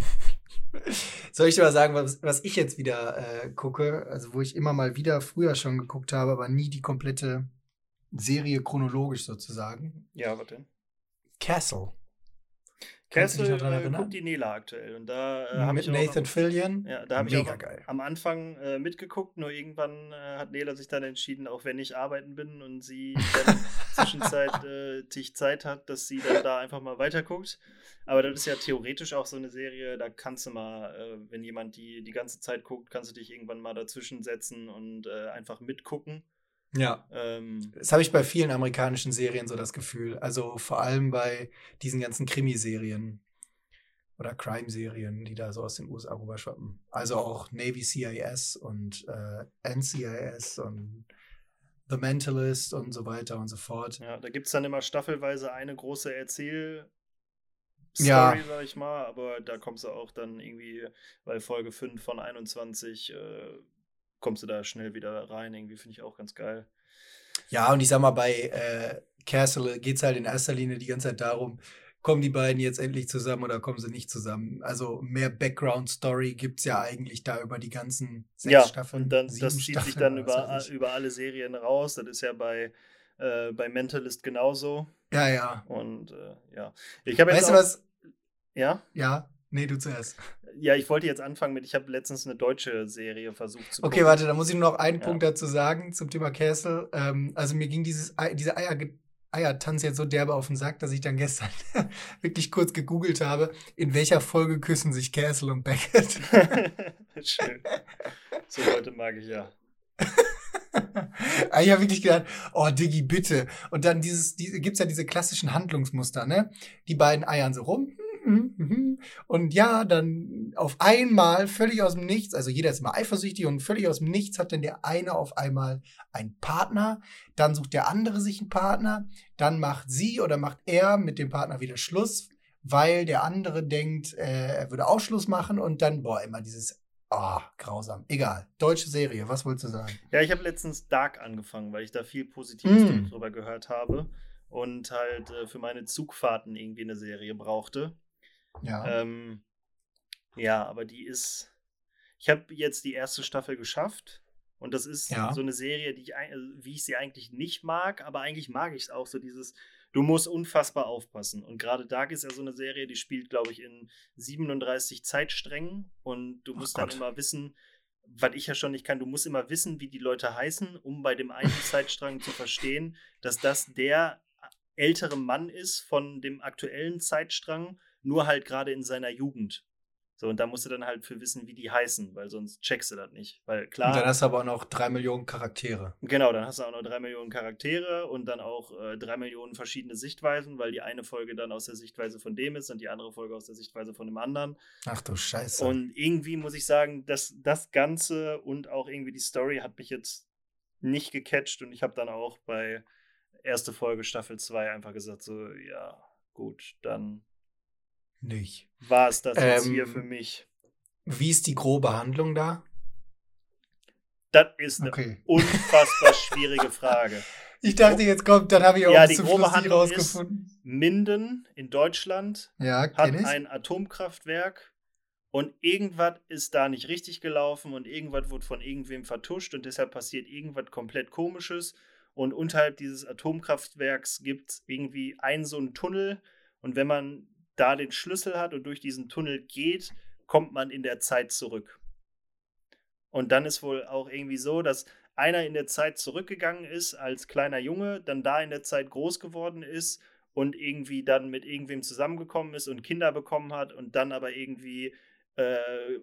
Soll ich dir mal sagen, was, was ich jetzt wieder äh, gucke? Also, wo ich immer mal wieder früher schon geguckt habe, aber nie die komplette Serie chronologisch sozusagen. Ja, was denn? Castle. Kannst du dich Castle noch dran äh, erinnern? guckt die Nela aktuell. Und da äh, habe Mit ich auch Nathan am, Fillion. ja, da habe ich auch Mega am, geil. am Anfang äh, mitgeguckt, nur irgendwann äh, hat Nela sich dann entschieden, auch wenn ich arbeiten bin und sie dann zwischenzeitig Zeit hat, dass sie dann da einfach mal weiterguckt. Aber das ist ja theoretisch auch so eine Serie, da kannst du mal, äh, wenn jemand die die ganze Zeit guckt, kannst du dich irgendwann mal dazwischen setzen und äh, einfach mitgucken. Ja. Ähm, Das habe ich bei vielen amerikanischen Serien so das Gefühl. Also vor allem bei diesen ganzen Krimiserien oder Crime-Serien, die da so aus den U S A rüberschwappen. Also auch Navy C I S und äh, N C I S und The Mentalist und so weiter und so fort. ja, da gibt es dann immer staffelweise eine große Erzähl- Ja, Story, sag ich mal, aber da kommst du auch dann irgendwie bei Folge fünf von einundzwanzig, äh, kommst du da schnell wieder rein. Irgendwie finde ich auch ganz geil. ja, und ich sag mal, bei äh, Castle geht es halt in erster Linie die ganze Zeit darum, kommen die beiden jetzt endlich zusammen oder kommen sie nicht zusammen? Also mehr Background-Story gibt es ja eigentlich da über die ganzen sechs Ja, und Staffeln, dann, sieben das zieht sich Staffeln dann oder was über, weiß a- ich. über alle Serien raus. Das ist ja bei, äh, bei Mentalist genauso. Ja, ja. Und äh, ja, ich habe jetzt Weißt du auch, was? ja, Ja, nee, du zuerst. ja, ich wollte jetzt anfangen mit, ich habe letztens eine deutsche Serie versucht zu Okay, gucken. warte, da muss ich nur noch einen Ja. Punkt dazu sagen zum Thema Castle. Ähm, also mir ging dieses Ei, dieser Eier, Eiertanz jetzt so derbe auf den Sack, dass ich dann gestern wirklich kurz gegoogelt habe, in welcher Folge küssen sich Castle und Beckett. Schön. So Leute mag ich ja. Ah, ich habe wirklich gedacht, oh Diggi, bitte. Und dann dieses, diese, gibt's ja diese klassischen Handlungsmuster, ne? Die beiden eiern so rum. Und ja, dann auf einmal, völlig aus dem Nichts, also jeder ist immer eifersüchtig und völlig aus dem Nichts hat dann der eine auf einmal einen Partner, dann sucht der andere sich einen Partner, dann macht sie oder macht er mit dem Partner wieder Schluss, weil der andere denkt, äh, er würde auch Schluss machen und dann, boah, immer dieses, ah, oh, grausam. Egal. Deutsche Serie, was wolltest du sagen? Ja, ich habe letztens Dark angefangen, weil ich da viel Positives Mm. drüber gehört habe und halt äh, für meine Zugfahrten irgendwie eine Serie brauchte. Ja. Ähm, ja, aber die ist. Ich habe jetzt die erste Staffel geschafft und das ist Ja. so eine Serie, die ich, ein- wie ich sie eigentlich nicht mag, aber eigentlich mag ich es auch so dieses, du musst unfassbar aufpassen. Und gerade Dark ist ja so eine Serie, die spielt, glaube ich, in siebenunddreißig Zeitsträngen und du Ach musst dann Gott. immer wissen, was ich ja schon nicht kann, du musst immer wissen, wie die Leute heißen, um bei dem einen Zeitstrang zu verstehen, dass das der ältere Mann ist von dem aktuellen Zeitstrang, nur halt gerade in seiner Jugend. So, und da musst du dann halt für wissen, wie die heißen, weil sonst checkst du das nicht. Weil Und dann klar, hast du aber auch noch drei Millionen Charaktere. genau, dann hast du auch noch drei Millionen Charaktere und dann auch äh, drei Millionen verschiedene Sichtweisen, weil die eine Folge dann aus der Sichtweise von dem ist und die andere Folge aus der Sichtweise von dem anderen. Ach du Scheiße. Und irgendwie muss ich sagen, dass das Ganze und auch irgendwie die Story hat mich jetzt nicht gecatcht und ich habe dann auch bei erste Folge Staffel zwei einfach gesagt, so, ja, gut, dann Nicht. war es das jetzt Ähm, hier für mich. Wie ist die grobe Handlung da? Das ist eine Okay. unfassbar schwierige Frage. Ich dachte, jetzt kommt, dann habe ich auch Ja, bis die zum grobe Schluss nicht Handlung ist, rausgefunden. Minden in Deutschland Ja, hat kenn ich. ein Atomkraftwerk und irgendwas ist da nicht richtig gelaufen und irgendwas wurde von irgendwem vertuscht und deshalb passiert irgendwas komplett Komisches und unterhalb dieses Atomkraftwerks gibt es irgendwie einen so einen Tunnel und wenn man da den Schlüssel hat und durch diesen Tunnel geht, kommt man in der Zeit zurück. Und dann ist wohl auch irgendwie so, dass einer in der Zeit zurückgegangen ist als kleiner Junge, dann da in der Zeit groß geworden ist und irgendwie dann mit irgendwem zusammengekommen ist und Kinder bekommen hat und dann aber irgendwie äh,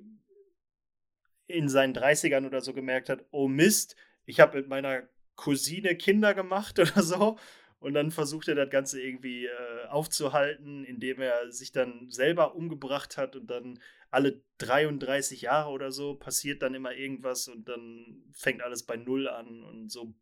in seinen dreißigern oder so gemerkt hat, oh Mist, ich habe mit meiner Cousine Kinder gemacht oder so. Und dann versucht er das Ganze irgendwie äh, aufzuhalten, indem er sich dann selber umgebracht hat und dann alle dreiunddreißig Jahre oder so passiert dann immer irgendwas und dann fängt alles bei Null an und so.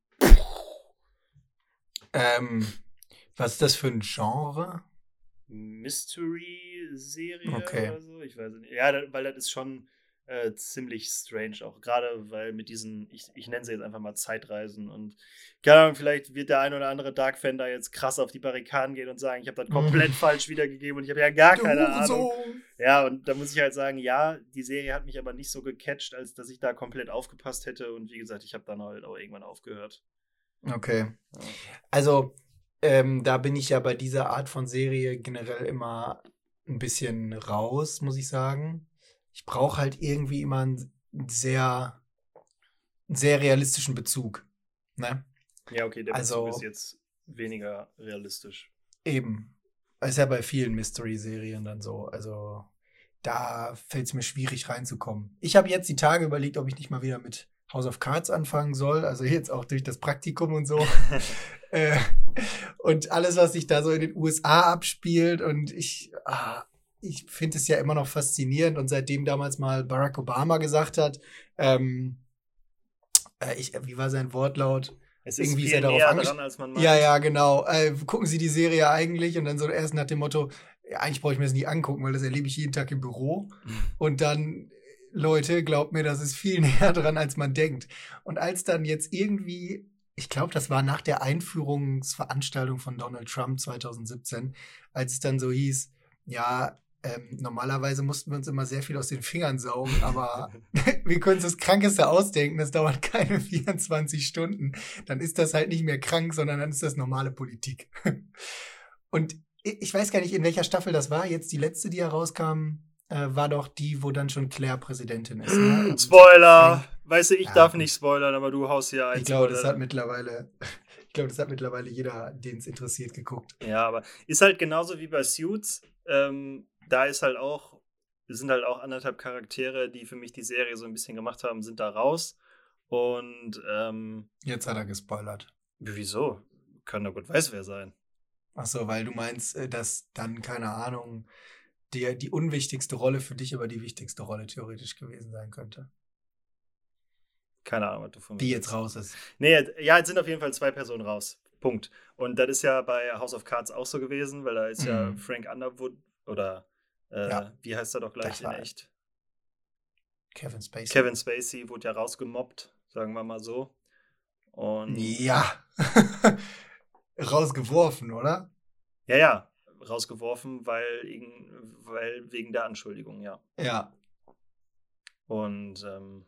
Ähm, was ist das für ein Genre? Mystery-Serie Okay. oder so, ich weiß nicht. Ja, da- weil das ist schon, äh, ziemlich strange auch. Gerade weil mit diesen, ich, ich nenne sie jetzt einfach mal Zeitreisen und keine Ahnung, vielleicht wird der ein oder andere Dark-Fan da jetzt krass auf die Barrikaden gehen und sagen, ich habe das komplett falsch wiedergegeben und ich habe ja gar Du keine Ahnung. so. Ja, und da muss ich halt sagen, ja, die Serie hat mich aber nicht so gecatcht, als dass ich da komplett aufgepasst hätte und wie gesagt, ich habe dann halt auch irgendwann aufgehört. Okay. Also, ähm, da bin ich ja bei dieser Art von Serie generell immer ein bisschen raus, muss ich sagen. Ich brauche halt irgendwie immer einen sehr, sehr realistischen Bezug. Ne? Ja, okay, der Also, Bezug ist jetzt weniger realistisch. Eben. Ist ja bei vielen Mystery-Serien dann so. Also, da fällt es mir schwierig reinzukommen. Ich habe jetzt die Tage überlegt, ob ich nicht mal wieder mit House of Cards anfangen soll. Also jetzt auch durch das Praktikum und so. äh, und alles, was sich da so in den U S A abspielt. Und ich, ah, ich finde es ja immer noch faszinierend. Und seitdem damals mal Barack Obama gesagt hat, ähm, äh, ich, wie war sein Wortlaut? Es ist Irgendwie viel ist er darauf näher angesch- dran, als man meint. Ja, ja, genau. Äh, gucken Sie die Serie eigentlich? Und dann so erst nach dem Motto, ja, eigentlich brauche ich mir das nicht angucken, weil das erlebe ich jeden Tag im Büro. Und dann, Leute, glaubt mir, das ist viel näher dran, als man denkt. Und als dann jetzt irgendwie, ich glaube, das war nach der Einführungsveranstaltung von Donald Trump zwanzig siebzehn, als es dann so hieß, ja, ähm, normalerweise mussten wir uns immer sehr viel aus den Fingern saugen, aber wir können uns das Krankeste ausdenken, das dauert keine vierundzwanzig Stunden. Dann ist das halt nicht mehr krank, sondern dann ist das normale Politik. Und ich weiß gar nicht, in welcher Staffel das war. Jetzt die letzte, die herauskam, äh, war doch die, wo dann schon Claire Präsidentin ist. Ne? Und Spoiler! Frank, Weißt du, ich Ja, darf gut. nicht spoilern, aber du haust hier ein. ich glaube, das Spoiler. hat mittlerweile, ich glaube, das hat mittlerweile jeder, den es interessiert, geguckt. Ja, aber ist halt genauso wie bei Suits. Ähm, da ist halt auch, sind halt auch anderthalb Charaktere, die für mich die Serie so ein bisschen gemacht haben, sind da raus. Und ähm, Jetzt hat er gespoilert. wieso? Kann doch gut weiß wer sein. Ach so, weil du meinst, äh, dass dann, keine Ahnung, die, die unwichtigste Rolle für dich aber die wichtigste Rolle theoretisch gewesen sein könnte. Keine Ahnung, was du von mir Die willst. jetzt raus ist. Nee, ja, jetzt sind auf jeden Fall zwei Personen raus. Punkt. Und das ist ja bei House of Cards auch so gewesen, weil da ist ja Mhm. Frank Underwood oder äh, Ja. wie heißt er doch gleich Das in war- echt? Kevin Spacey. Kevin Spacey wurde ja rausgemobbt, sagen wir mal so. Und Ja. Rausgeworfen, oder? ja, ja, rausgeworfen, weil, irgend- weil wegen der Anschuldigung, ja. Ja. Und ähm,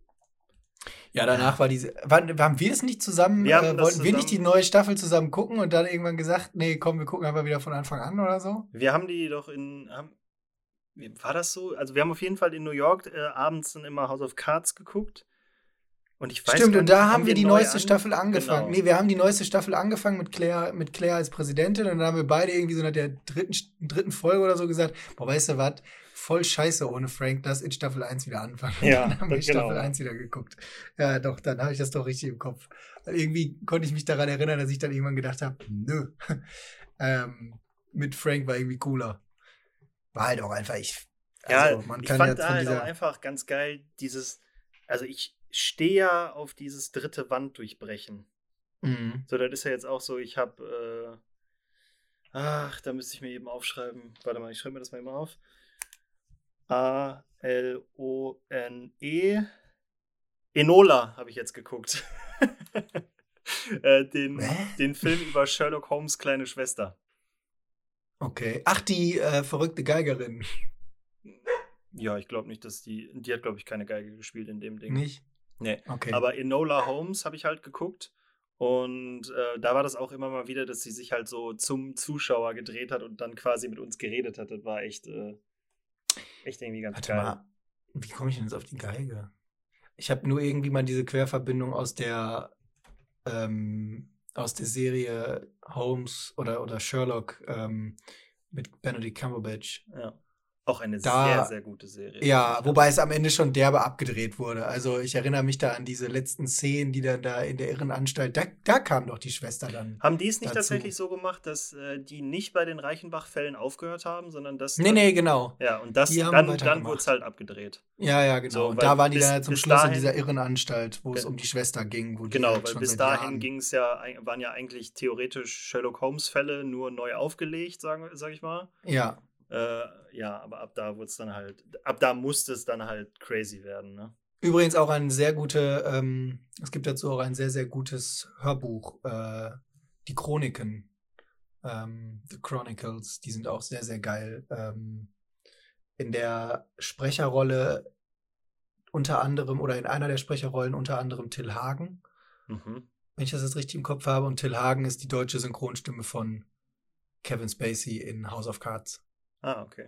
Ja, danach war diese. Waren, haben wir das nicht zusammen? Wir haben äh, das wollten wir nicht die zusammen- neue Staffel zusammen gucken und dann irgendwann gesagt, nee, komm, wir gucken einfach wieder von Anfang an oder so? wir haben die doch in. Haben, wie- war das so? Also, wir haben auf jeden Fall in New York äh, abends dann immer House of Cards geguckt. Und ich weiß Stimmt, gar und nicht, da haben wir die neu neueste an- Staffel angefangen. Genau. Nee, wir haben die neueste Staffel angefangen mit Claire, mit Claire als Präsidentin und dann haben wir beide irgendwie so nach der dritten, dritten Folge oder so gesagt, boah, weißt du was, voll scheiße ohne Frank, lass in Staffel eins wieder anfangen. Und Ja, dann haben wir das- genau. Staffel eins wieder geguckt. Ja, doch, dann habe ich das doch richtig im Kopf. Weil irgendwie konnte ich mich daran erinnern, dass ich dann irgendwann gedacht habe, nö, ähm, mit Frank war irgendwie cooler. War halt auch einfach, ich, also Ja, man ich kann fand ja da von halt auch dieser, einfach ganz geil, dieses. Also, ich stehe ja auf dieses dritte Wand durchbrechen. Mhm. So, das ist ja jetzt auch so, ich habe. Äh, ach, da müsste ich mir eben aufschreiben. Warte mal, ich schreibe mir das mal eben auf. A L O N E. Enola habe ich jetzt geguckt. äh, den, Hä? den Film über Sherlock Holmes' kleine Schwester. Okay. Ach, die äh, verrückte Geigerin. Ja, ich glaube nicht, dass die. Die hat, glaube ich, keine Geige gespielt in dem Ding. Nicht? Nee. Okay. Aber Enola Holmes habe ich halt geguckt. Und äh, da war das auch immer mal wieder, dass sie sich halt so zum Zuschauer gedreht hat und dann quasi mit uns geredet hat. Das war echt, äh, echt irgendwie ganz Warte geil. mal, wie komme ich denn jetzt auf die Geige? Ich habe nur irgendwie mal diese Querverbindung aus der ähm, aus der Serie Holmes oder, oder Sherlock ähm, mit Benedict Cumberbatch. Ja. Auch eine Da- sehr, sehr gute Serie. Ja, wobei es am Ende schon derbe abgedreht wurde. Also ich erinnere mich da an diese letzten Szenen, die dann da in der Irrenanstalt, da, da kam doch die Schwester dann. Haben die es nicht dazu. tatsächlich so gemacht, dass äh, die nicht bei den Reichenbach-Fällen aufgehört haben, sondern dass. Nee, dann- nee, genau. Ja, und das, Die haben dann, weitergemacht. dann wurde es halt abgedreht. Ja, ja, genau. So, und weil da waren die bis- dann ja zum bis Schluss in dahin- dieser Irrenanstalt, wo es Ge- um die Schwester ging. Wo die Genau, halt weil schon bis seit dahin Jahren- ging es ja, eig- waren ja eigentlich theoretisch Sherlock Holmes-Fälle nur neu aufgelegt, sagen, sag ich mal. Ja, Äh, ja, aber ab da wurde es dann halt, ab da musste es dann halt crazy werden, ne? Übrigens auch ein sehr gute, ähm, es gibt dazu auch ein sehr, sehr gutes Hörbuch, äh, die Chroniken, ähm, The Chronicles, die sind auch sehr, sehr geil. Ähm, in der Sprecherrolle unter anderem, oder in einer der Sprecherrollen unter anderem Till Hagen, Mhm. wenn ich das jetzt richtig im Kopf habe. Und Till Hagen ist die deutsche Synchronstimme von Kevin Spacey in House of Cards. Ah, okay.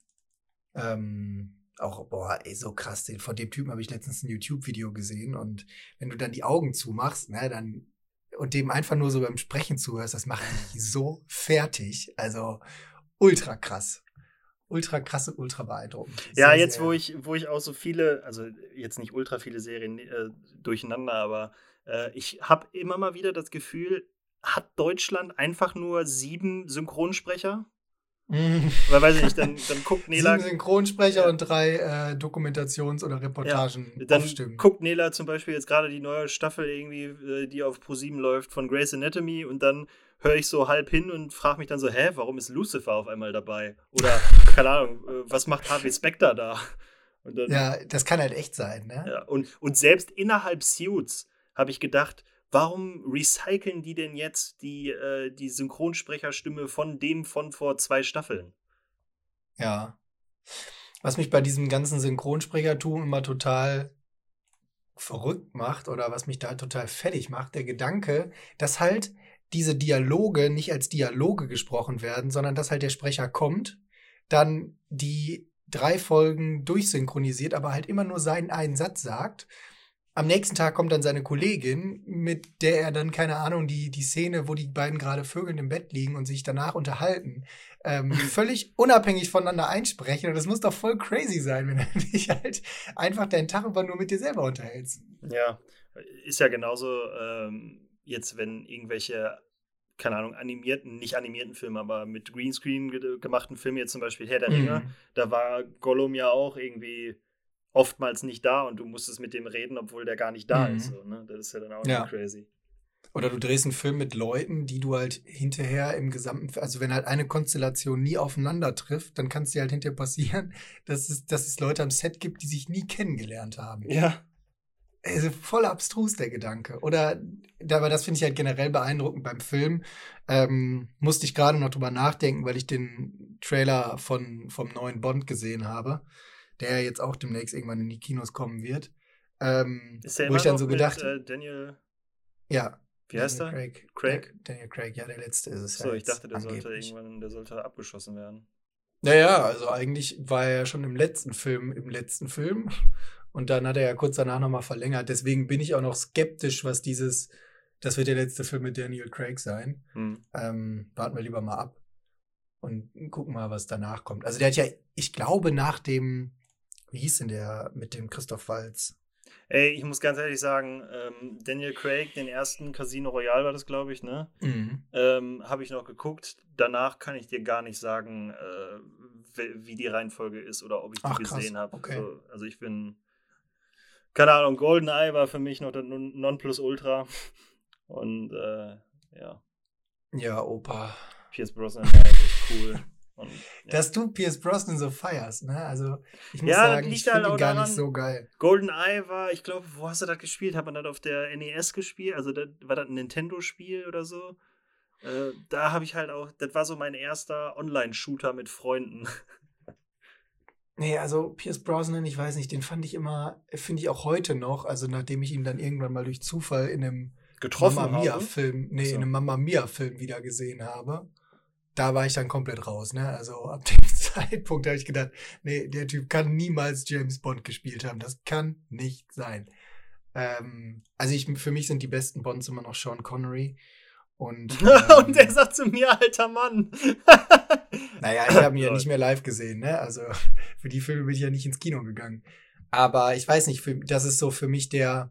Ähm, auch, boah, ey, so krass. Den, von dem Typen habe ich letztens ein YouTube-Video gesehen. Und wenn du dann die Augen zumachst, ne, dann und dem einfach nur so beim Sprechen zuhörst, das macht dich so fertig. Also ultra krass. Ultra krass und ultra beeindruckend. Ja, Sehr, jetzt, sehr- wo ich, wo ich auch so viele, also jetzt nicht ultra viele Serien äh, durcheinander, aber äh, ich habe immer mal wieder das Gefühl, hat Deutschland einfach nur sieben Synchronsprecher? Mhm. Weil, weiß ich nicht, dann, dann guckt Nela. Sieben Synchronsprecher Ja. und drei äh, Dokumentations- oder Reportagen Dann aufstimmen. guckt Nela zum Beispiel jetzt gerade die neue Staffel irgendwie, äh, die auf ProSieben läuft, von Grey's Anatomy, und dann höre ich so halb hin und frage mich dann so, hä, warum ist Lucifer auf einmal dabei? Oder, keine Ahnung, äh, was macht Harvey Specter da? Und dann, Ja, das kann halt echt sein, ne? ja, und, und selbst innerhalb Suits habe ich gedacht, warum recyceln die denn jetzt die, äh, die Synchronsprecherstimme von dem von vor zwei Staffeln? Ja. Was mich bei diesem ganzen Synchronsprechertum immer total verrückt macht oder was mich da total fertig macht, der Gedanke, dass halt diese Dialoge nicht als Dialoge gesprochen werden, sondern dass halt der Sprecher kommt, dann die drei Folgen durchsynchronisiert, aber halt immer nur seinen einen Satz sagt. Am nächsten Tag kommt dann seine Kollegin, mit der er dann, keine Ahnung, die, die Szene, wo die beiden gerade vögelnd im Bett liegen und sich danach unterhalten, ähm, völlig unabhängig voneinander einsprechen. Und das muss doch voll crazy sein, wenn du dich halt einfach deinen Tag über nur mit dir selber unterhältst. Ja, ist ja genauso ähm, jetzt, wenn irgendwelche, keine Ahnung, animierten, nicht animierten Filme, aber mit Greenscreen ge gemachten Filme, jetzt zum Beispiel Herr der Ringe, Mhm. da war Gollum ja auch irgendwie oftmals nicht da und du musstest mit dem reden, obwohl der gar nicht da Mhm. ist. So, ne? Das ist ja dann auch Ja. irgendwie crazy. Oder du drehst einen Film mit Leuten, die du halt hinterher im gesamten, also wenn halt eine Konstellation nie aufeinander trifft, dann kann es dir halt hinterher passieren, dass es, dass es Leute am Set gibt, die sich nie kennengelernt haben. Ja. Also voll abstrus, der Gedanke. Oder, aber das finde ich halt generell beeindruckend beim Film. Ähm, musste ich gerade noch drüber nachdenken, weil ich den Trailer von, vom neuen Bond gesehen habe, der jetzt auch demnächst irgendwann in die Kinos kommen wird. Ähm, Ist der wo immer ich dann noch so mit, gedacht, äh, Daniel, ja. wie heißt Daniel er? Craig. Craig? Der, Daniel Craig, ja, der letzte ist es. So, ja ich dachte, der jetzt sollte angeblich. irgendwann, der sollte abgeschossen werden. Naja, also eigentlich war er ja schon im letzten Film, im letzten Film. Und dann hat er ja kurz danach nochmal verlängert. Deswegen bin ich auch noch skeptisch, was dieses, das wird der letzte Film mit Daniel Craig sein. Hm. Ähm, warten wir lieber mal ab und gucken mal, was danach kommt. Also der hat ja, ich glaube, nach dem, wie hieß denn der mit dem Christoph Waltz? Ey, ich muss ganz ehrlich sagen, ähm, Daniel Craig, den ersten Casino Royale war das, glaube ich, ne? Mhm. Ähm, habe ich noch geguckt. Danach kann ich dir gar nicht sagen, äh, wie, wie die Reihenfolge ist oder ob ich die Ach, krass. gesehen habe. Okay. So, also ich bin, keine Ahnung, GoldenEye war für mich noch der Non- Nonplusultra. Und äh, ja, Ja, Opa. Pierce Brosnan war halt echt cool. Und, ja. Dass du Pierce Brosnan so feierst, ne? Also, ich muss Ja, sagen, liegt ich finde halt ihn auch gar daran- nicht so geil. GoldenEye war, ich glaube, wo hast du das gespielt? Hat man das auf der N E S gespielt? Also das, war das ein Nintendo-Spiel oder so? Äh, da habe ich halt auch, das war so mein erster Online-Shooter mit Freunden. Nee, also Pierce Brosnan, ich weiß nicht, den fand ich immer, finde ich auch heute noch, also nachdem ich ihn dann irgendwann mal durch Zufall in einem Getroffen Mamma habe. Mia-Film, nee, Ach so. in einem Mamma Mia-Film wieder gesehen habe, da war ich dann komplett raus, ne? Also ab dem Zeitpunkt habe ich gedacht, nee, der Typ kann niemals James Bond gespielt haben. Das kann nicht sein. Ähm, also ich, für mich sind die besten Bonds immer noch Sean Connery. Und, ähm, Und der sagt zu mir, alter Mann. Naja, ich habe ihn ja Lol. nicht mehr live gesehen, ne? Also für die Filme bin ich ja nicht ins Kino gegangen. Aber ich weiß nicht, für, das ist so für mich der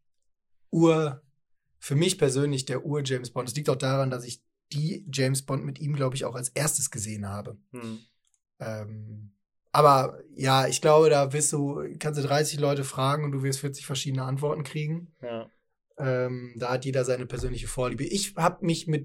Ur, für mich persönlich der Ur-James Bond. Es liegt auch daran, dass ich die James Bond mit ihm, glaube ich, auch als erstes gesehen habe. Hm. Ähm, aber ja, ich glaube, da wirst du, kannst du dreißig Leute fragen und du wirst vierzig verschiedene Antworten kriegen. Ja. Ähm, da hat jeder seine persönliche Vorliebe. Ich habe mich mit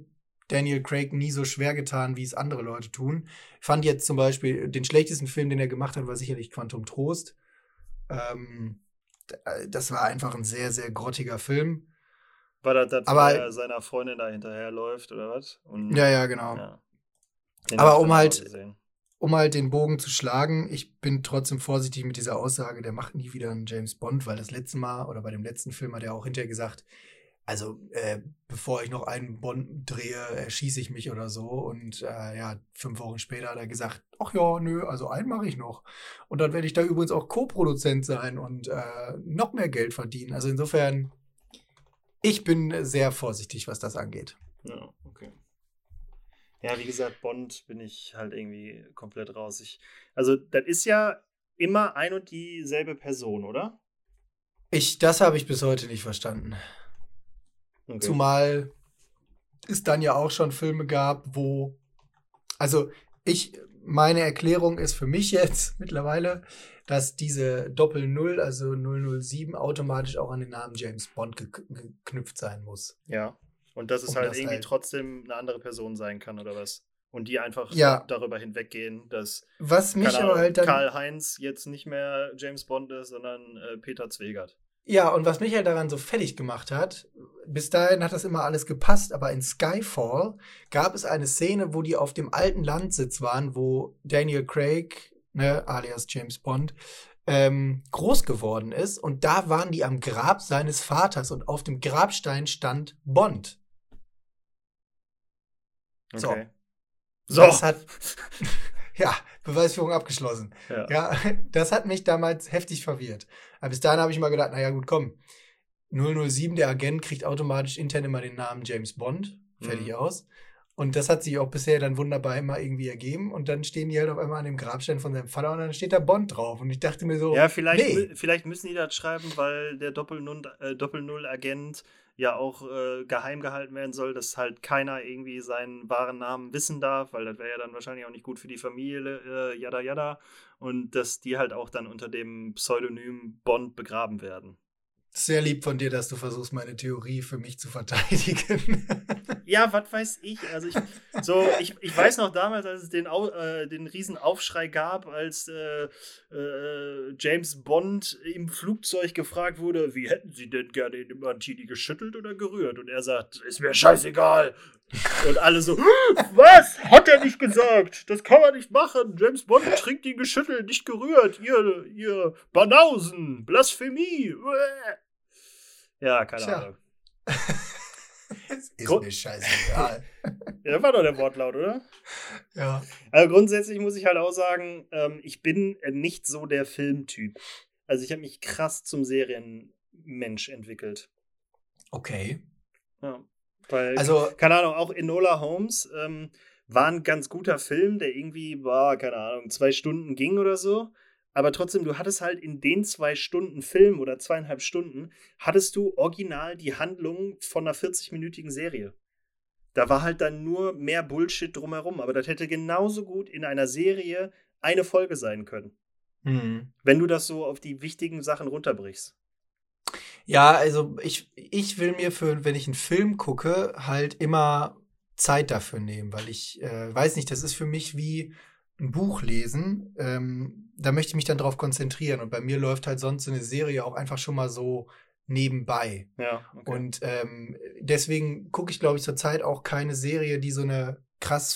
Daniel Craig nie so schwer getan, wie es andere Leute tun. Ich fand jetzt zum Beispiel den schlechtesten Film, den er gemacht hat, war sicherlich Quantum Trost. Ähm, das war einfach ein sehr, sehr grottiger Film. War das, das Aber- wo er seiner Freundin da hinterherläuft oder was? Und, Ja, ja, genau. ja. Den Aber hab ich um dann halt- auch gesehen. Um halt den Bogen zu schlagen, ich bin trotzdem vorsichtig mit dieser Aussage, der macht nie wieder einen James Bond, weil das letzte Mal oder bei dem letzten Film hat er auch hinterher gesagt, also äh, bevor ich noch einen Bond drehe, erschieße ich mich oder so. Und äh, ja, fünf Wochen später hat er gesagt, ach ja, nö, also einen mache ich noch. Und dann werde ich da übrigens auch Co-Produzent sein und äh, noch mehr Geld verdienen. Also insofern, ich bin sehr vorsichtig, was das angeht. Ja, okay. Ja, wie gesagt, Bond bin ich halt irgendwie komplett raus. Ich, also, das ist ja immer ein und dieselbe Person, oder? Ich, das habe ich bis heute nicht verstanden. Okay. Zumal es dann ja auch schon Filme gab, wo, also ich, meine Erklärung ist für mich jetzt mittlerweile, dass diese Doppel-Null, also null null sieben, automatisch auch an den Namen James Bond gek- geknüpft sein muss. Ja. Und dass es Um halt das irgendwie halt- trotzdem eine andere Person sein kann, oder was? Und die einfach Ja. darüber hinweggehen, dass Was mich keine aber Ahnung, halt dann, Karl-Heinz jetzt nicht mehr James Bond ist, sondern äh, Peter Zwegert. ja, und was mich halt daran so fertig gemacht hat, bis dahin hat das immer alles gepasst, aber in Skyfall gab es eine Szene, wo die auf dem alten Landsitz waren, wo Daniel Craig, ne, alias James Bond, ähm, groß geworden ist. Und da waren die am Grab seines Vaters und auf dem Grabstein stand Bond. So. Okay. So. Das hat, ja, Beweisführung abgeschlossen. Ja. Ja, das hat mich damals heftig verwirrt. Aber bis dahin habe ich mal gedacht, naja, gut, komm. null null sieben, der Agent, kriegt automatisch intern immer den Namen James Bond. Fertig Mhm. aus. Und das hat sich auch bisher dann wunderbar immer irgendwie ergeben. Und dann stehen die halt auf einmal an dem Grabstein von seinem Vater und dann steht da Bond drauf. Und ich dachte mir so, Ja, vielleicht, nee. mü- vielleicht müssen die das schreiben, weil der Doppel-Null- äh, Doppel-Null-Agent ja auch äh, geheim gehalten werden soll, dass halt keiner irgendwie seinen wahren Namen wissen darf, weil das wäre ja dann wahrscheinlich auch nicht gut für die Familie, äh, yada yada. Und dass die halt auch dann unter dem Pseudonym Bond begraben werden. Sehr lieb von dir, dass du versuchst, meine Theorie für mich zu verteidigen. Ja, was weiß ich. Also ich, so, ich, ich weiß noch damals, als es den, Au, äh, den riesen Aufschrei gab, als äh, äh, James Bond im Flugzeug gefragt wurde, wie hätten Sie denn gerne den Martini geschüttelt oder gerührt? Und er sagt, ist mir scheißegal. Und alle so, was? Hat er nicht gesagt? Das kann man nicht machen. James Bond trinkt ihn geschüttelt, nicht gerührt. Ihr, ihr Banausen, Blasphemie. Ja, keine Tja. Ahnung. ist Grund- mir scheißegal. Ja, das war doch der Wortlaut, oder? Ja. Also grundsätzlich muss ich halt auch sagen, ähm, ich bin äh, nicht so der Filmtyp. Also ich habe mich krass zum Serienmensch entwickelt. Okay. Ja. Weil, Also, keine Ahnung, auch Enola Holmes ähm, war ein ganz guter Film, der irgendwie, war, keine Ahnung, zwei Stunden ging oder so. Aber trotzdem, du hattest halt in den zwei Stunden Film oder zweieinhalb Stunden, hattest du original die Handlung von einer vierzig-minütigen Serie. Da war halt dann nur mehr Bullshit drumherum. Aber das hätte genauso gut in einer Serie eine Folge sein können. hm. Wenn du das so auf die wichtigen Sachen runterbrichst. Ja, also ich, ich will mir für, wenn ich einen Film gucke, halt immer Zeit dafür nehmen, weil ich äh, weiß nicht, das ist für mich wie ein Buch lesen. Ähm, da möchte ich mich dann drauf konzentrieren. Und bei mir läuft halt sonst so eine Serie auch einfach schon mal so nebenbei. Ja, okay. Und ähm, deswegen gucke ich, glaube ich, zurzeit auch keine Serie, die so eine krass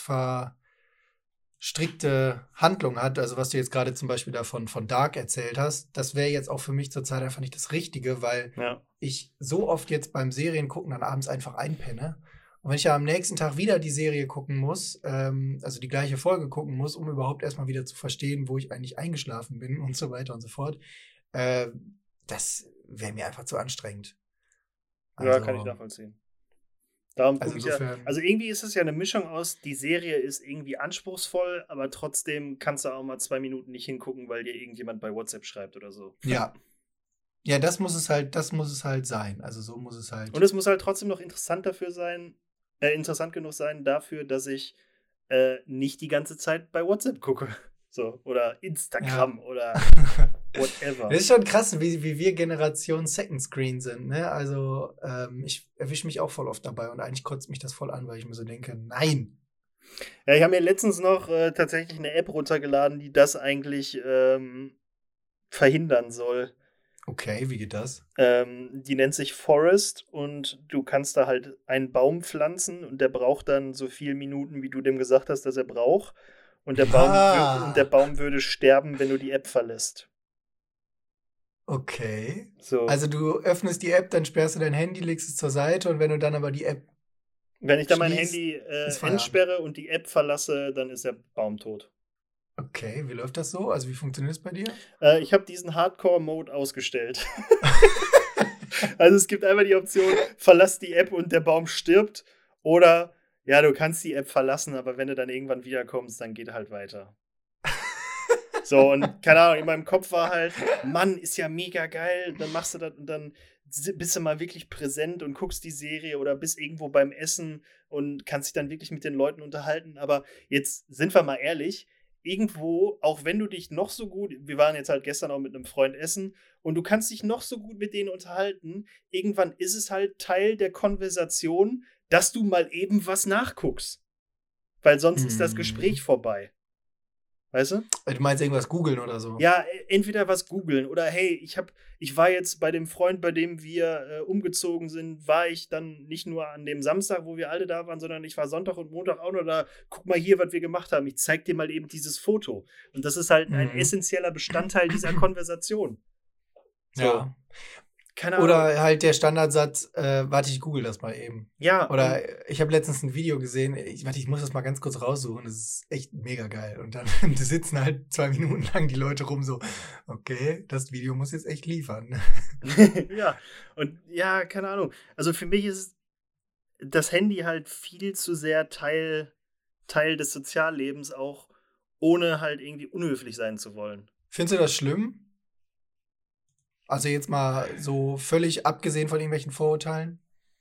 verstrickte Handlung hat. Also was du jetzt gerade zum Beispiel davon von Dark erzählt hast, das wäre jetzt auch für mich zurzeit einfach nicht das Richtige, weil ja. ich so oft jetzt beim Serien gucken dann abends einfach einpenne. Und wenn ich ja am nächsten Tag wieder die Serie gucken muss, ähm, also die gleiche Folge gucken muss, um überhaupt erstmal wieder zu verstehen, wo ich eigentlich eingeschlafen bin und so weiter und so fort, äh, das wäre mir einfach zu anstrengend. Ja, kann ich nachvollziehen. Darum Also gucke ich ja. insofern- Also irgendwie ist es ja eine Mischung aus, die Serie ist irgendwie anspruchsvoll, aber trotzdem kannst du auch mal zwei Minuten nicht hingucken, weil dir irgendjemand bei WhatsApp schreibt oder so. Ja. Ja, das muss es halt, das muss es halt sein. Also so muss es halt. Und es muss halt trotzdem noch interessant dafür sein, äh, interessant genug sein dafür, dass ich äh, nicht die ganze Zeit bei WhatsApp gucke. So, oder Instagram oder whatever. Das ist schon krass, wie, wie wir Generation Second Screen sind, ne? Also, ähm, ich erwische mich auch voll oft dabei und eigentlich kotzt mich das voll an, weil ich mir so denke, nein. Ja, ich habe mir letztens noch äh, tatsächlich eine App runtergeladen, die das eigentlich ähm, verhindern soll. Okay, wie geht das? Ähm, die nennt sich Forest und du kannst da halt einen Baum pflanzen und der braucht dann so viele Minuten, wie du dem gesagt hast, dass er braucht. Und der Baum, Ah. wür- und der Baum würde sterben, wenn du die App verlässt. Okay. So. Also du öffnest die App, dann sperrst du dein Handy, legst es zur Seite und wenn du dann aber die App Wenn ich dann mein schließt, Handy äh, ist Feierabend. entsperre und die App verlasse, dann ist der Baum tot. Okay, wie läuft das so? Also wie funktioniert das bei dir? Äh, ich habe diesen Hardcore-Mode ausgestellt. Also es gibt einmal die Option, verlass die App und der Baum stirbt. Oder, ja, du kannst die App verlassen, aber wenn du dann irgendwann wiederkommst, dann geht halt weiter. So, und keine Ahnung, in meinem Kopf war halt, Mann, ist ja mega geil, dann machst du das und dann bist du mal wirklich präsent und guckst die Serie oder bist irgendwo beim Essen und kannst dich dann wirklich mit den Leuten unterhalten. Aber jetzt sind wir mal ehrlich, irgendwo, auch wenn du dich noch so gut, wir waren jetzt halt gestern auch mit einem Freund essen und du kannst dich noch so gut mit denen unterhalten, irgendwann ist es halt Teil der Konversation, dass du mal eben was nachguckst. Weil sonst Hm. ist das Gespräch vorbei. Weißt du? Du meinst irgendwas googeln oder so? Ja, entweder was googeln oder hey, ich hab, ich war jetzt bei dem Freund, bei dem wir äh, umgezogen sind, war ich dann nicht nur an dem Samstag, wo wir alle da waren, sondern ich war Sonntag und Montag auch noch da. Guck mal hier, was wir gemacht haben. Ich zeig dir mal eben dieses Foto. Und das ist halt ein Mhm. essentieller Bestandteil dieser Konversation. So, Ja. keine Ahnung. Oder halt der Standardsatz, äh, warte, ich google das mal eben. Ja, Oder und- ich habe letztens ein Video gesehen, ich, warte, ich muss das mal ganz kurz raussuchen, das ist echt mega geil. Und dann sitzen halt zwei Minuten lang die Leute rum so, okay, das Video muss jetzt echt liefern. ja, und ja, keine Ahnung. Also für mich ist das Handy halt viel zu sehr Teil, Teil des Soziallebens, auch ohne halt irgendwie unhöflich sein zu wollen. Findest du das schlimm? Also jetzt mal so völlig abgesehen von irgendwelchen Vorurteilen?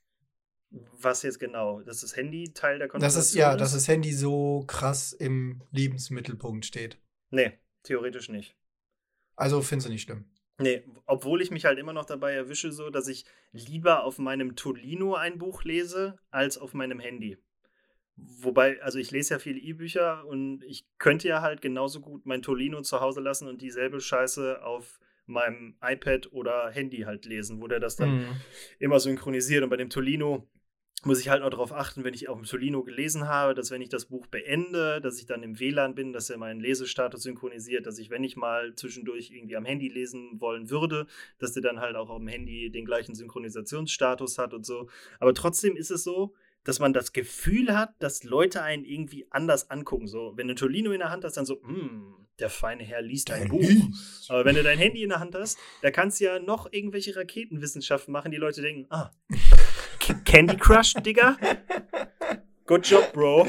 Was jetzt genau? Dass das Handy Teil der Das Konversation ist, ja, dass das Handy so krass im Lebensmittelpunkt steht. Nee, theoretisch nicht. Also findest du nicht schlimm. Nee, obwohl ich mich halt immer noch dabei erwische, so, dass ich lieber auf meinem Tolino ein Buch lese, als auf meinem Handy. Wobei, also ich lese ja viele E-Bücher und ich könnte ja halt genauso gut mein Tolino zu Hause lassen und dieselbe Scheiße auf meinem iPad oder Handy halt lesen, wo der das dann Mhm. immer synchronisiert. Und bei dem Tolino muss ich halt noch darauf achten, wenn ich auf dem Tolino gelesen habe, dass wenn ich das Buch beende, dass ich dann im W L A N bin, dass er meinen Lesestatus synchronisiert, dass ich, wenn ich mal zwischendurch irgendwie am Handy lesen wollen würde, dass der dann halt auch auf dem Handy den gleichen Synchronisationsstatus hat und so. Aber trotzdem ist es so, dass man das Gefühl hat, dass Leute einen irgendwie anders angucken. So, wenn du Tolino in der Hand hast, dann so, hm, der feine Herr liest ein Buch. liest. Aber wenn du dein Handy in der Hand hast, da kannst du ja noch irgendwelche Raketenwissenschaften machen, die Leute denken, ah, K- Candy Crush, Digga? Good job, Bro.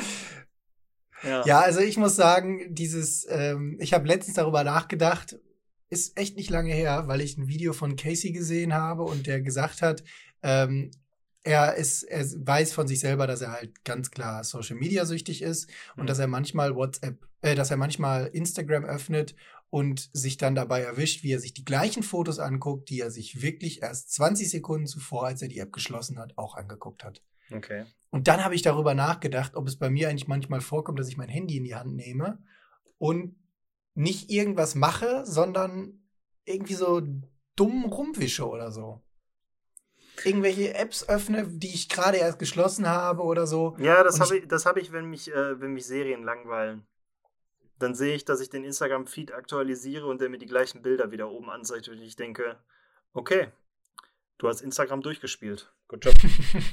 Ja. Ja, also ich muss sagen, dieses, ähm, ich habe letztens darüber nachgedacht, ist echt nicht lange her, weil ich ein Video von Casey gesehen habe und der gesagt hat, ähm, er ist, er weiß von sich selber, dass er halt ganz klar Social Media süchtig ist und Mhm. dass er manchmal WhatsApp, äh, dass er manchmal Instagram öffnet und sich dann dabei erwischt, wie er sich die gleichen Fotos anguckt, die er sich wirklich erst zwanzig Sekunden zuvor, als er die App geschlossen hat, auch angeguckt hat. Okay. Und dann habe ich darüber nachgedacht, ob es bei mir eigentlich manchmal vorkommt, dass ich mein Handy in die Hand nehme und nicht irgendwas mache, sondern irgendwie so dumm rumwische oder so. Irgendwelche Apps öffne, die ich gerade erst geschlossen habe oder so. Ja, das Und habe ich, das hab ich, wenn mich, äh, wenn mich Serien langweilen. Dann sehe ich, dass ich den Instagram-Feed aktualisiere und der mir die gleichen Bilder wieder oben anzeigt und ich denke, okay, du hast Instagram durchgespielt. Good job.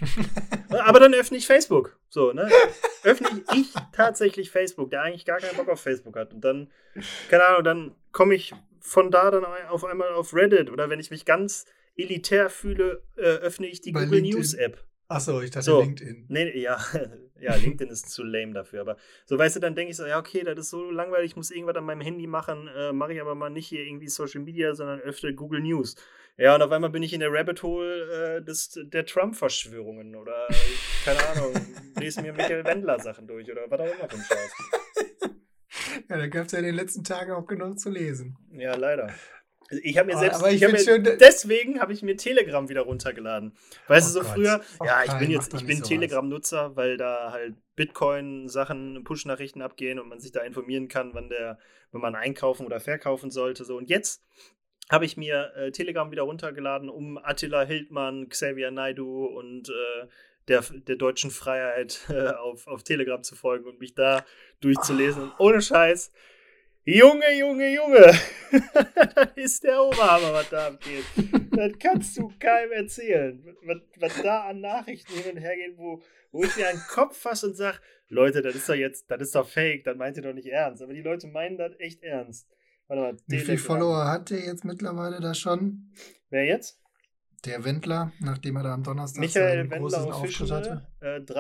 Aber dann öffne ich Facebook. So, ne? Öffne ich tatsächlich Facebook, der eigentlich gar keinen Bock auf Facebook hat. Und dann, keine Ahnung, dann komme ich von da dann auf einmal auf Reddit. Oder wenn ich mich ganz elitär fühle, äh, öffne ich die Bei Google LinkedIn. News App. Achso, ich dachte So. LinkedIn. Nee, nee, ja, ja, LinkedIn ist zu lame dafür. Aber so, weißt du, dann denke ich so, ja, okay, das ist so langweilig, ich muss irgendwas an meinem Handy machen, äh, mache ich aber mal nicht hier irgendwie Social Media, sondern öffne Google News. Ja, und auf einmal bin ich in der Rabbit Hole äh, des, der Trump-Verschwörungen oder, keine Ahnung, lese mir Michael Wendler-Sachen durch oder was auch immer für ein Scheiß. Ja, da gab es ja in den letzten Tagen auch genug zu lesen. Ja, leider. Ich habe mir Oh, selbst, aber ich ich hab find mir, schön, da- deswegen habe ich mir Telegram wieder runtergeladen. Weißt Oh du, so Gott. früher, Oh ja, ich Kai, bin mach jetzt, doch ich nicht bin sowas. Telegram-Nutzer, weil da halt Bitcoin-Sachen, Push-Nachrichten abgehen und man sich da informieren kann, wann der, wenn man einkaufen oder verkaufen sollte. So. Und jetzt habe ich mir äh, Telegram wieder runtergeladen, um Attila Hildmann, Xavier Naidoo und äh, der, der deutschen Freiheit äh, auf, auf Telegram zu folgen und mich da durchzulesen. Und ohne Scheiß, Junge, Junge, Junge, das ist der Oberhammer, was da abgeht. Das kannst du keinem erzählen. Was, was da an Nachrichten hin und her geht, wo, wo ich mir einen Kopf fasse und sage, Leute, das ist doch jetzt, das ist doch fake, das meint ihr doch nicht ernst. Aber die Leute meinen das echt ernst. Warte mal, Wie viele Telegram. Follower hat der jetzt mittlerweile da schon? Wer jetzt? Der Wendler, nachdem er da am Donnerstag Michael seinen großen Wendler Auftritt hatte? Official, äh,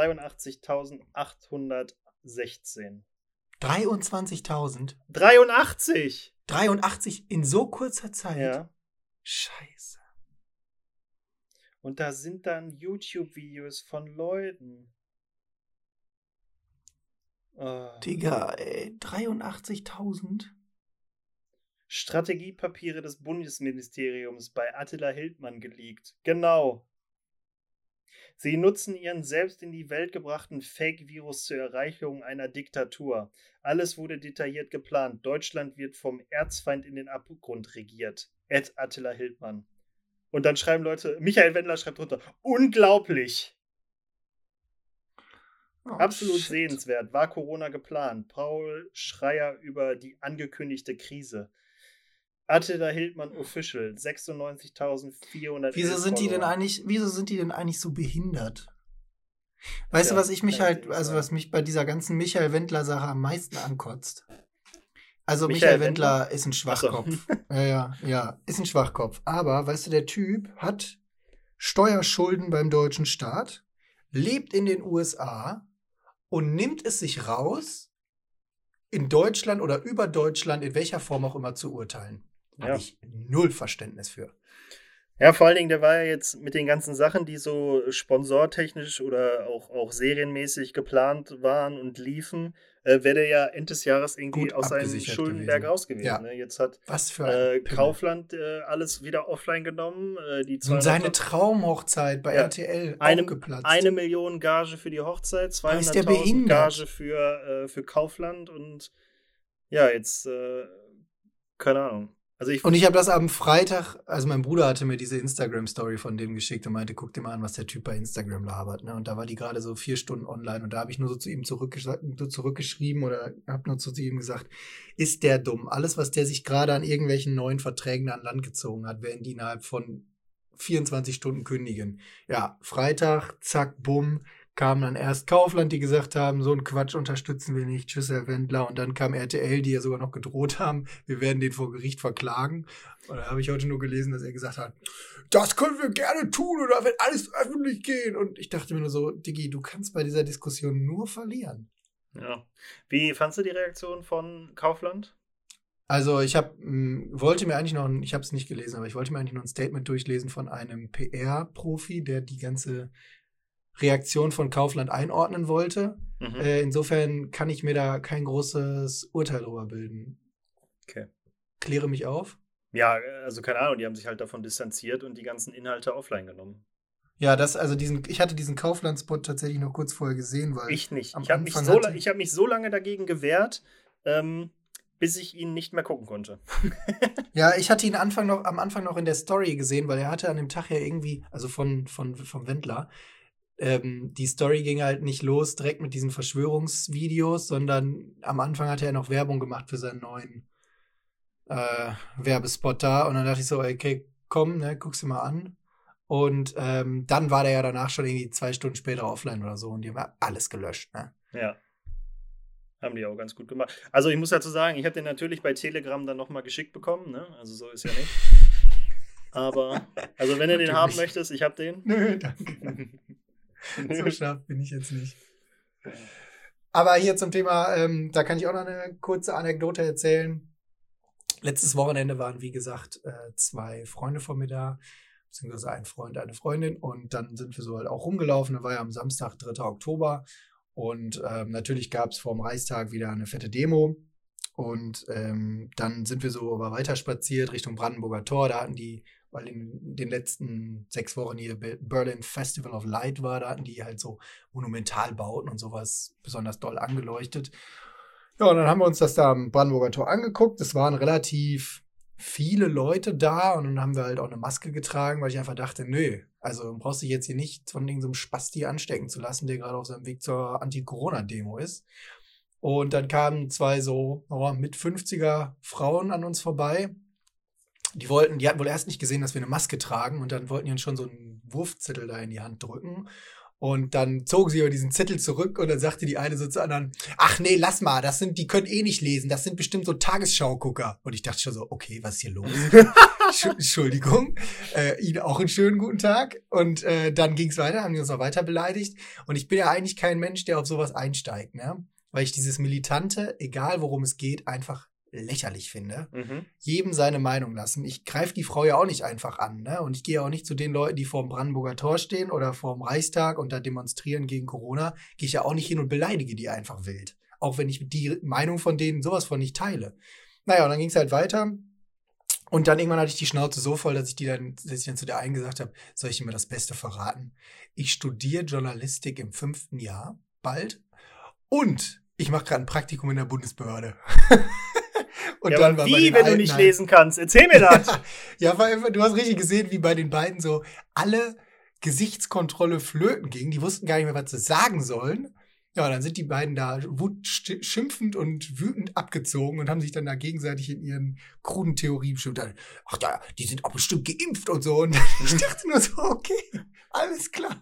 dreiundachtzigtausendachthundertsechzehn. dreiundzwanzigtausend? dreiundachtzig! dreiundachtzig in so kurzer Zeit? Ja. Scheiße. Und da sind dann YouTube-Videos von Leuten. Oh. Digga, ey, dreiundachtzigtausend? Strategiepapiere des Bundesministeriums bei Attila Hildmann geleakt. Genau. Sie nutzen ihren selbst in die Welt gebrachten Fake-Virus zur Erreichung einer Diktatur. Alles wurde detailliert geplant. Deutschland wird vom Erzfeind in den Abgrund regiert. Ed Attila Hildmann. Und dann schreiben Leute, Michael Wendler schreibt drunter, unglaublich. Oh, Absolut shit. sehenswert. War Corona geplant? Paul Schreier über die angekündigte Krise. Attila Hildmann Official, sechsundneunzigtausendvierhundert. Wieso sind die denn eigentlich, wieso sind die denn eigentlich so behindert? Weißt Ja, du, was ich mich kann ich halt, dir nicht also sagen. was mich bei dieser ganzen Michael Wendler-Sache am meisten ankotzt? Also Michael Michael Wendler ist ein Schwachkopf. Ja, ja, ja, ist ein Schwachkopf. Aber, weißt du, der Typ hat Steuerschulden beim deutschen Staat, lebt in den U S A und nimmt es sich raus, in Deutschland oder über Deutschland, in welcher Form auch immer, zu urteilen. Ja. Habe ich null Verständnis für. Ja, vor allen Dingen, der war ja jetzt mit den ganzen Sachen, die so sponsortechnisch oder auch, auch serienmäßig geplant waren und liefen, äh, wäre der ja Ende des Jahres irgendwie Gut aus seinem abgesichert Schuldenberg gewesen. raus gewesen. Ja. Ne? Jetzt hat Was für ein äh, Pimmel. Kaufland äh, alles wieder offline genommen. Äh, die Und seine zweihundert Traumhochzeit bei Ja. R T L eine, aufgeplatzt. eine Million Gage für die Hochzeit, ist der zweihunderttausend behindert? Gage für, äh, für Kaufland und ja, jetzt, äh, keine Ahnung. Also ich, Und ich habe das am Freitag, also mein Bruder hatte mir diese Instagram-Story von dem geschickt und meinte, guck dir mal an, was der Typ bei Instagram labert. Ne? Und da war die gerade so vier Stunden online und da habe ich nur so zu ihm zurückgesch- so zurückgeschrieben oder habe nur zu ihm gesagt, ist der dumm? Alles, was der sich gerade an irgendwelchen neuen Verträgen an Land gezogen hat, werden die innerhalb von vierundzwanzig Stunden kündigen. Ja, Freitag, zack, bumm, kam dann erst Kaufland, die gesagt haben, so einen Quatsch unterstützen wir nicht, tschüss, Herr Wendler. Und dann kam R T L, die ja sogar noch gedroht haben, wir werden den vor Gericht verklagen. Und da habe ich heute nur gelesen, dass er gesagt hat, das können wir gerne tun oder wird alles öffentlich gehen. Und ich dachte mir nur so, Diggi, du kannst bei dieser Diskussion nur verlieren. ja. Wie fandst du die Reaktion von Kaufland? Also ich hab, mh, wollte mir eigentlich noch, ein, ich habe es nicht gelesen, aber ich wollte mir eigentlich noch ein Statement durchlesen von einem P R-Profi, der die ganze Reaktion von Kaufland einordnen wollte. Mhm. Äh, insofern kann ich mir da kein großes Urteil drüber bilden. Okay. Kläre mich auf. Ja, also keine Ahnung, die haben sich halt davon distanziert und die ganzen Inhalte offline genommen. Ja, das, also diesen, ich hatte diesen Kaufland-Spot tatsächlich noch kurz vorher gesehen, weil Ich nicht. am Ich habe mich, Anfang so, la- hatte- ich hab mich so lange dagegen gewehrt, ähm, bis ich ihn nicht mehr gucken konnte. Ja, ich hatte ihn Anfang noch, am Anfang noch in der Story gesehen, weil er hatte an dem Tag ja irgendwie, also von, von, vom Wendler, ähm, die Story ging halt nicht los direkt mit diesen Verschwörungsvideos, sondern am Anfang hatte er noch Werbung gemacht für seinen neuen äh, Werbespot da. Und dann dachte ich so, okay, komm, ne, guck's dir mal an. Und ähm, dann war der ja danach schon irgendwie zwei Stunden später offline oder so und die haben ja alles gelöscht, ne? Ja. Haben die auch ganz gut gemacht. Also ich muss dazu sagen, ich habe den natürlich bei Telegram dann nochmal geschickt bekommen, ne? Also so ist ja nicht. Aber, also wenn du den haben Natürlich. möchtest, ich habe den. Nö, danke. So scharf bin ich jetzt nicht. Aber hier zum Thema, ähm, da kann ich auch noch eine kurze Anekdote erzählen. Letztes Wochenende waren, wie gesagt, äh, zwei Freunde von mir da, beziehungsweise ein Freund, eine Freundin. Und dann sind wir so halt auch rumgelaufen. Da war ja am Samstag, dritter Oktober. Und ähm, natürlich gab es vor dem Reichstag wieder eine fette Demo. Und ähm, dann sind wir so aber weiter spaziert Richtung Brandenburger Tor. Da hatten die, weil in den letzten sechs Wochen hier Berlin Festival of Light war, da hatten die halt so Monumentalbauten und sowas besonders doll angeleuchtet. Ja, und dann haben wir uns das da am Brandenburger Tor angeguckt. Es waren relativ viele Leute da und dann haben wir halt auch eine Maske getragen, weil ich einfach dachte, nö, also brauchst du dich jetzt hier nicht von irgendeinem Spasti anstecken zu lassen, der gerade auf seinem Weg zur Anti-Corona-Demo ist. Und dann kamen zwei so oh, mit fünfziger Frauen an uns vorbei. Die wollten, die hatten wohl erst nicht gesehen, dass wir eine Maske tragen und dann wollten die uns schon so einen Wurfzettel da in die Hand drücken. Und dann zogen sie über diesen Zettel zurück und dann sagte die eine so zu anderen, ach nee, lass mal, das sind, die können eh nicht lesen, das sind bestimmt so Tagesschau-Gucker. Und ich dachte schon so, okay, was ist hier los? Entschuldigung, äh, Ihnen auch einen schönen guten Tag. Und äh, dann ging es weiter, haben die uns noch weiter beleidigt. Und ich bin ja eigentlich kein Mensch, der auf sowas einsteigt, ne? Weil ich dieses Militante, egal worum es geht, einfach lächerlich finde. Mhm. Jedem seine Meinung lassen. Ich greife die Frau ja auch nicht einfach an, ne? Und ich gehe auch nicht zu den Leuten, die vor dem Brandenburger Tor stehen oder vor dem Reichstag und da demonstrieren gegen Corona, gehe ich ja auch nicht hin und beleidige die einfach wild. Auch wenn ich die Meinung von denen sowas von nicht teile. Naja, und dann ging es halt weiter. Und dann irgendwann hatte ich die Schnauze so voll, dass ich die dann, dass ich dann zu der einen gesagt habe, soll ich dir mal das Beste verraten? Ich studiere Journalistik im fünften Jahr, bald. Und ich mache gerade ein Praktikum in der Bundesbehörde. Und ja, dann aber wie, wenn du nicht lesen kannst? Erzähl mir das. Ja, ja, du hast richtig gesehen, wie bei den beiden so alle Gesichtskontrolle flöten ging. Die wussten gar nicht mehr, was sie sagen sollen. Ja, dann sind die beiden da wut, schimpfend und wütend abgezogen und haben sich dann da gegenseitig in ihren kruden Theorien bestimmt. Ach ja, die sind auch bestimmt geimpft und so. Und ich dachte nur so, okay, alles klar.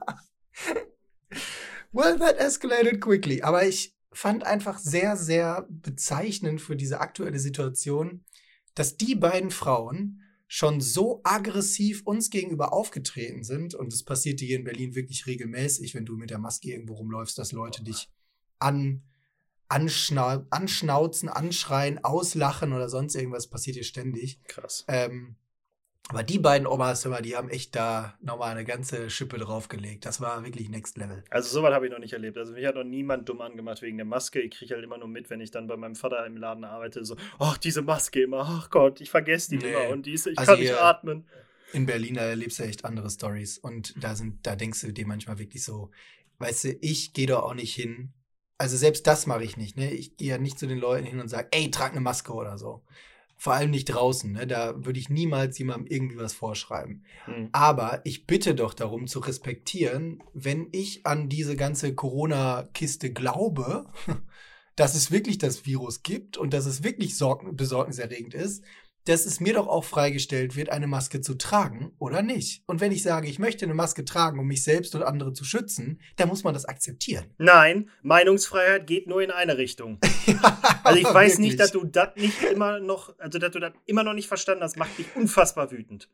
Well, that escalated quickly. Aber ich fand einfach sehr, sehr bezeichnend für diese aktuelle Situation, dass die beiden Frauen schon so aggressiv uns gegenüber aufgetreten sind. Und das passierte hier in Berlin wirklich regelmäßig, wenn du mit der Maske irgendwo rumläufst, dass Leute dich an, anschnau- anschnauzen, anschreien, auslachen oder sonst irgendwas, passiert hier ständig. Krass. Ähm, aber die beiden Omas, die haben echt da nochmal eine ganze Schippe draufgelegt. Das war wirklich Next Level. Also sowas habe ich noch nicht erlebt. Also mich hat noch niemand dumm angemacht wegen der Maske. Ich kriege halt immer nur mit, wenn ich dann bei meinem Vater im Laden arbeite, so, ach, diese Maske immer, ach Gott, ich vergesse die nee. immer und diese, ich also kann nicht atmen. In Berlin, da erlebst du echt andere Storys und da sind, da denkst du dir manchmal wirklich so, weißt du, ich gehe da auch nicht hin. Also selbst das mache ich nicht, ne? Ich gehe ja nicht zu den Leuten hin und sage, ey, trag eine Maske oder so. Vor allem nicht draußen, ne? Da würde ich niemals jemandem irgendwie was vorschreiben. Hm. Aber ich bitte doch darum zu respektieren, wenn ich an diese ganze Corona-Kiste glaube, dass es wirklich das Virus gibt und dass es wirklich sorg- besorgniserregend ist, dass es mir doch auch freigestellt wird, eine Maske zu tragen oder nicht. Und wenn ich sage, ich möchte eine Maske tragen, um mich selbst und andere zu schützen, dann muss man das akzeptieren. Nein, Meinungsfreiheit geht nur in eine Richtung. Ja, also ich weiß wirklich nicht, dass du das nicht immer noch, also dass du das immer noch nicht verstanden hast, macht mich unfassbar wütend.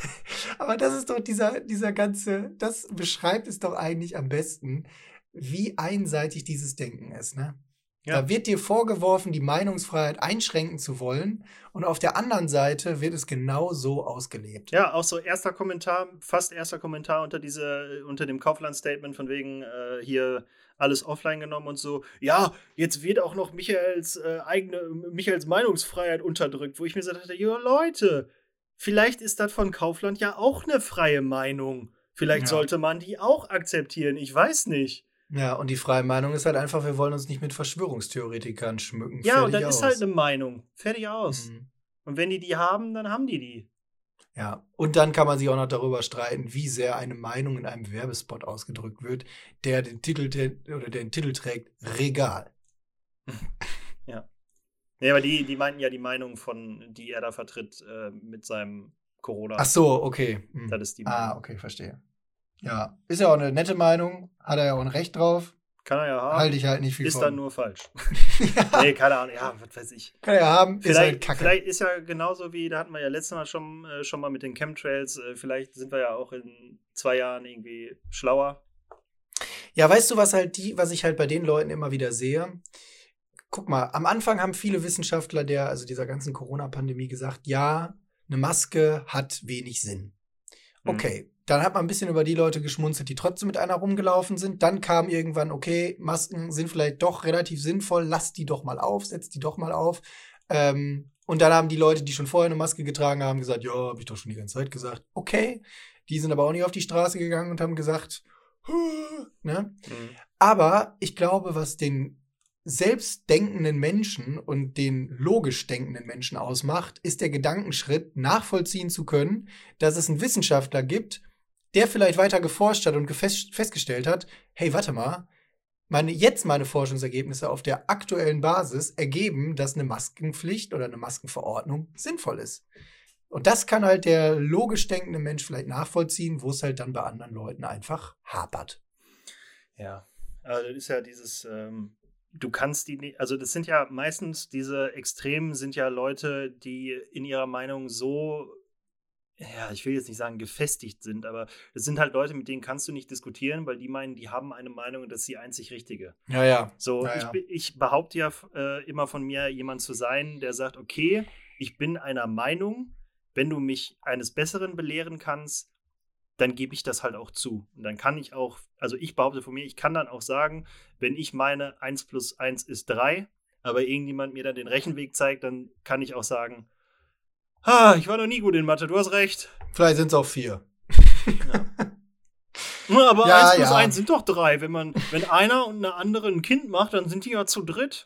Aber das ist doch dieser, dieser ganze, das beschreibt es doch eigentlich am besten, wie einseitig dieses Denken ist, ne? Ja. Da wird dir vorgeworfen, die Meinungsfreiheit einschränken zu wollen und auf der anderen Seite wird es genau so ausgelebt. Ja, auch so erster Kommentar, fast erster Kommentar unter diese, unter dem Kaufland-Statement von wegen äh, hier alles offline genommen und so. Ja, jetzt wird auch noch Michaels äh, eigene, Michaels Meinungsfreiheit unterdrückt, wo ich mir so dachte, ja Leute, vielleicht ist das von Kaufland ja auch eine freie Meinung. Vielleicht ja. sollte man die auch akzeptieren, ich weiß nicht. Ja, und die freie Meinung ist halt einfach, wir wollen uns nicht mit Verschwörungstheoretikern schmücken. Ja, und das aus. Ist halt eine Meinung. Fertig aus. Mhm. Und wenn die die haben, dann haben die die. Ja, und dann kann man sich auch noch darüber streiten, wie sehr eine Meinung in einem Werbespot ausgedrückt wird, der den Titel, oder den Titel trägt, Regal. Ja. Nee, aber die, die meinten ja die Meinung von, die er da vertritt, äh, mit seinem Corona. Ach so, okay. Mhm. Das ist die Meinung. Ah, okay, verstehe. Ja, ist ja auch eine nette Meinung, hat er ja auch ein Recht drauf. Kann er ja haben. Halte ich halt nicht viel ist von. Ist dann nur falsch. Ja. Nee, keine Ahnung, ja, was weiß ich. Kann er ja haben, vielleicht, ist halt kacke. Vielleicht ist ja genauso wie, da hatten wir ja letztes Mal schon, äh, schon mal mit den Chemtrails, äh, vielleicht sind wir ja auch in zwei Jahren irgendwie schlauer. Ja, weißt du, was halt die, was ich halt bei den Leuten immer wieder sehe? Guck mal, am Anfang haben viele Wissenschaftler der, also dieser ganzen Corona-Pandemie gesagt, ja, eine Maske hat wenig Sinn. Okay. Mhm. Dann hat man ein bisschen über die Leute geschmunzelt, die trotzdem mit einer rumgelaufen sind. Dann kam irgendwann, okay, Masken sind vielleicht doch relativ sinnvoll, lasst die doch mal auf, setzt die doch mal auf. Ähm, und dann haben die Leute, die schon vorher eine Maske getragen haben, gesagt, ja, habe ich doch schon die ganze Zeit gesagt. Okay, die sind aber auch nicht auf die Straße gegangen und haben gesagt, huh, ne? Mhm. Aber ich glaube, was den selbstdenkenden Menschen und den logisch denkenden Menschen ausmacht, ist der Gedankenschritt, nachvollziehen zu können, dass es einen Wissenschaftler gibt, der vielleicht weiter geforscht hat und gefest, festgestellt hat, hey, warte mal, meine, jetzt meine Forschungsergebnisse auf der aktuellen Basis ergeben, dass eine Maskenpflicht oder eine Maskenverordnung sinnvoll ist. Und das kann halt der logisch denkende Mensch vielleicht nachvollziehen, wo es halt dann bei anderen Leuten einfach hapert. Ja, also das ist ja dieses, ähm, du kannst die, also das sind ja meistens, diese Extremen sind ja Leute, die in ihrer Meinung so, ja, ich will jetzt nicht sagen gefestigt sind, aber das sind halt Leute, mit denen kannst du nicht diskutieren, weil die meinen, die haben eine Meinung und das ist die einzig richtige. Ja, ja. So, ja, ich, ja. ich behaupte ja äh, immer von mir, jemand zu sein, der sagt, okay, ich bin einer Meinung, wenn du mich eines Besseren belehren kannst, dann gebe ich das halt auch zu. Und dann kann ich auch, also ich behaupte von mir, ich kann dann auch sagen, wenn ich meine, eins plus eins ist drei, aber irgendjemand mir dann den Rechenweg zeigt, dann kann ich auch sagen, ah, ich war noch nie gut in Mathe, du hast recht. Vielleicht sind es auch vier. Ja. Aber ja, eins plus ja. eins sind doch drei. Wenn man, wenn einer und eine andere ein Kind macht, dann sind die ja zu dritt.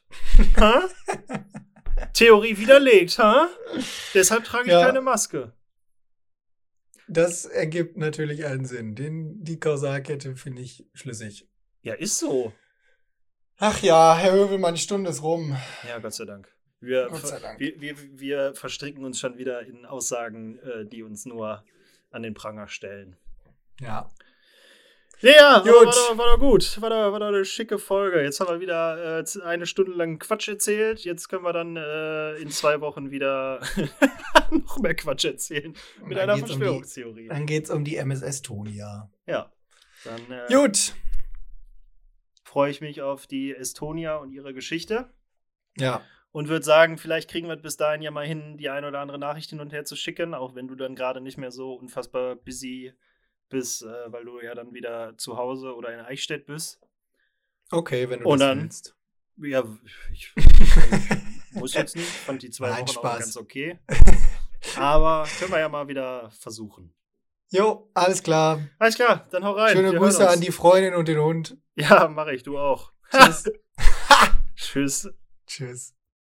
Theorie widerlegt, ha? Deshalb trage ich Ja. keine Maske. Das ergibt natürlich einen Sinn. Den, die Kausalkette finde ich schlüssig. Ja, ist so. Ach ja, Herr Hövelmann, die Stunde ist rum. Ja, Gott sei Dank. Wir, Gott sei Dank. wir, wir, wir verstricken uns schon wieder in Aussagen, äh, die uns nur an den Pranger stellen. Ja. Ja, ja, Gut. war, war, doch, war doch gut. War doch, war doch eine schicke Folge. Jetzt haben wir wieder äh, eine Stunde lang Quatsch erzählt. Jetzt können wir dann äh, in zwei Wochen wieder noch mehr Quatsch erzählen. Mit einer Verschwörungstheorie. Um die, dann geht's um die M S S-Tonia. Ja. Dann äh, gut. freue ich mich auf die Estonia und ihre Geschichte. Ja. Und würde sagen, vielleicht kriegen wir bis dahin ja mal hin, die eine oder andere Nachricht hin und her zu schicken, auch wenn du dann gerade nicht mehr so unfassbar busy bist, äh, weil du ja dann wieder zu Hause oder in Eichstätt bist. Okay, wenn du und das dann, willst. Ja, ich, ich muss jetzt nicht. Ich fand die zwei Nein, Wochen Spaß. auch ganz okay. Aber können wir ja mal wieder versuchen. Jo, alles klar. Alles klar, dann hau rein. Schöne Wir Grüße hören uns. an die Freundin und den Hund. Ja, mache ich, du auch. Tschüss. Tschüss. Tschüss.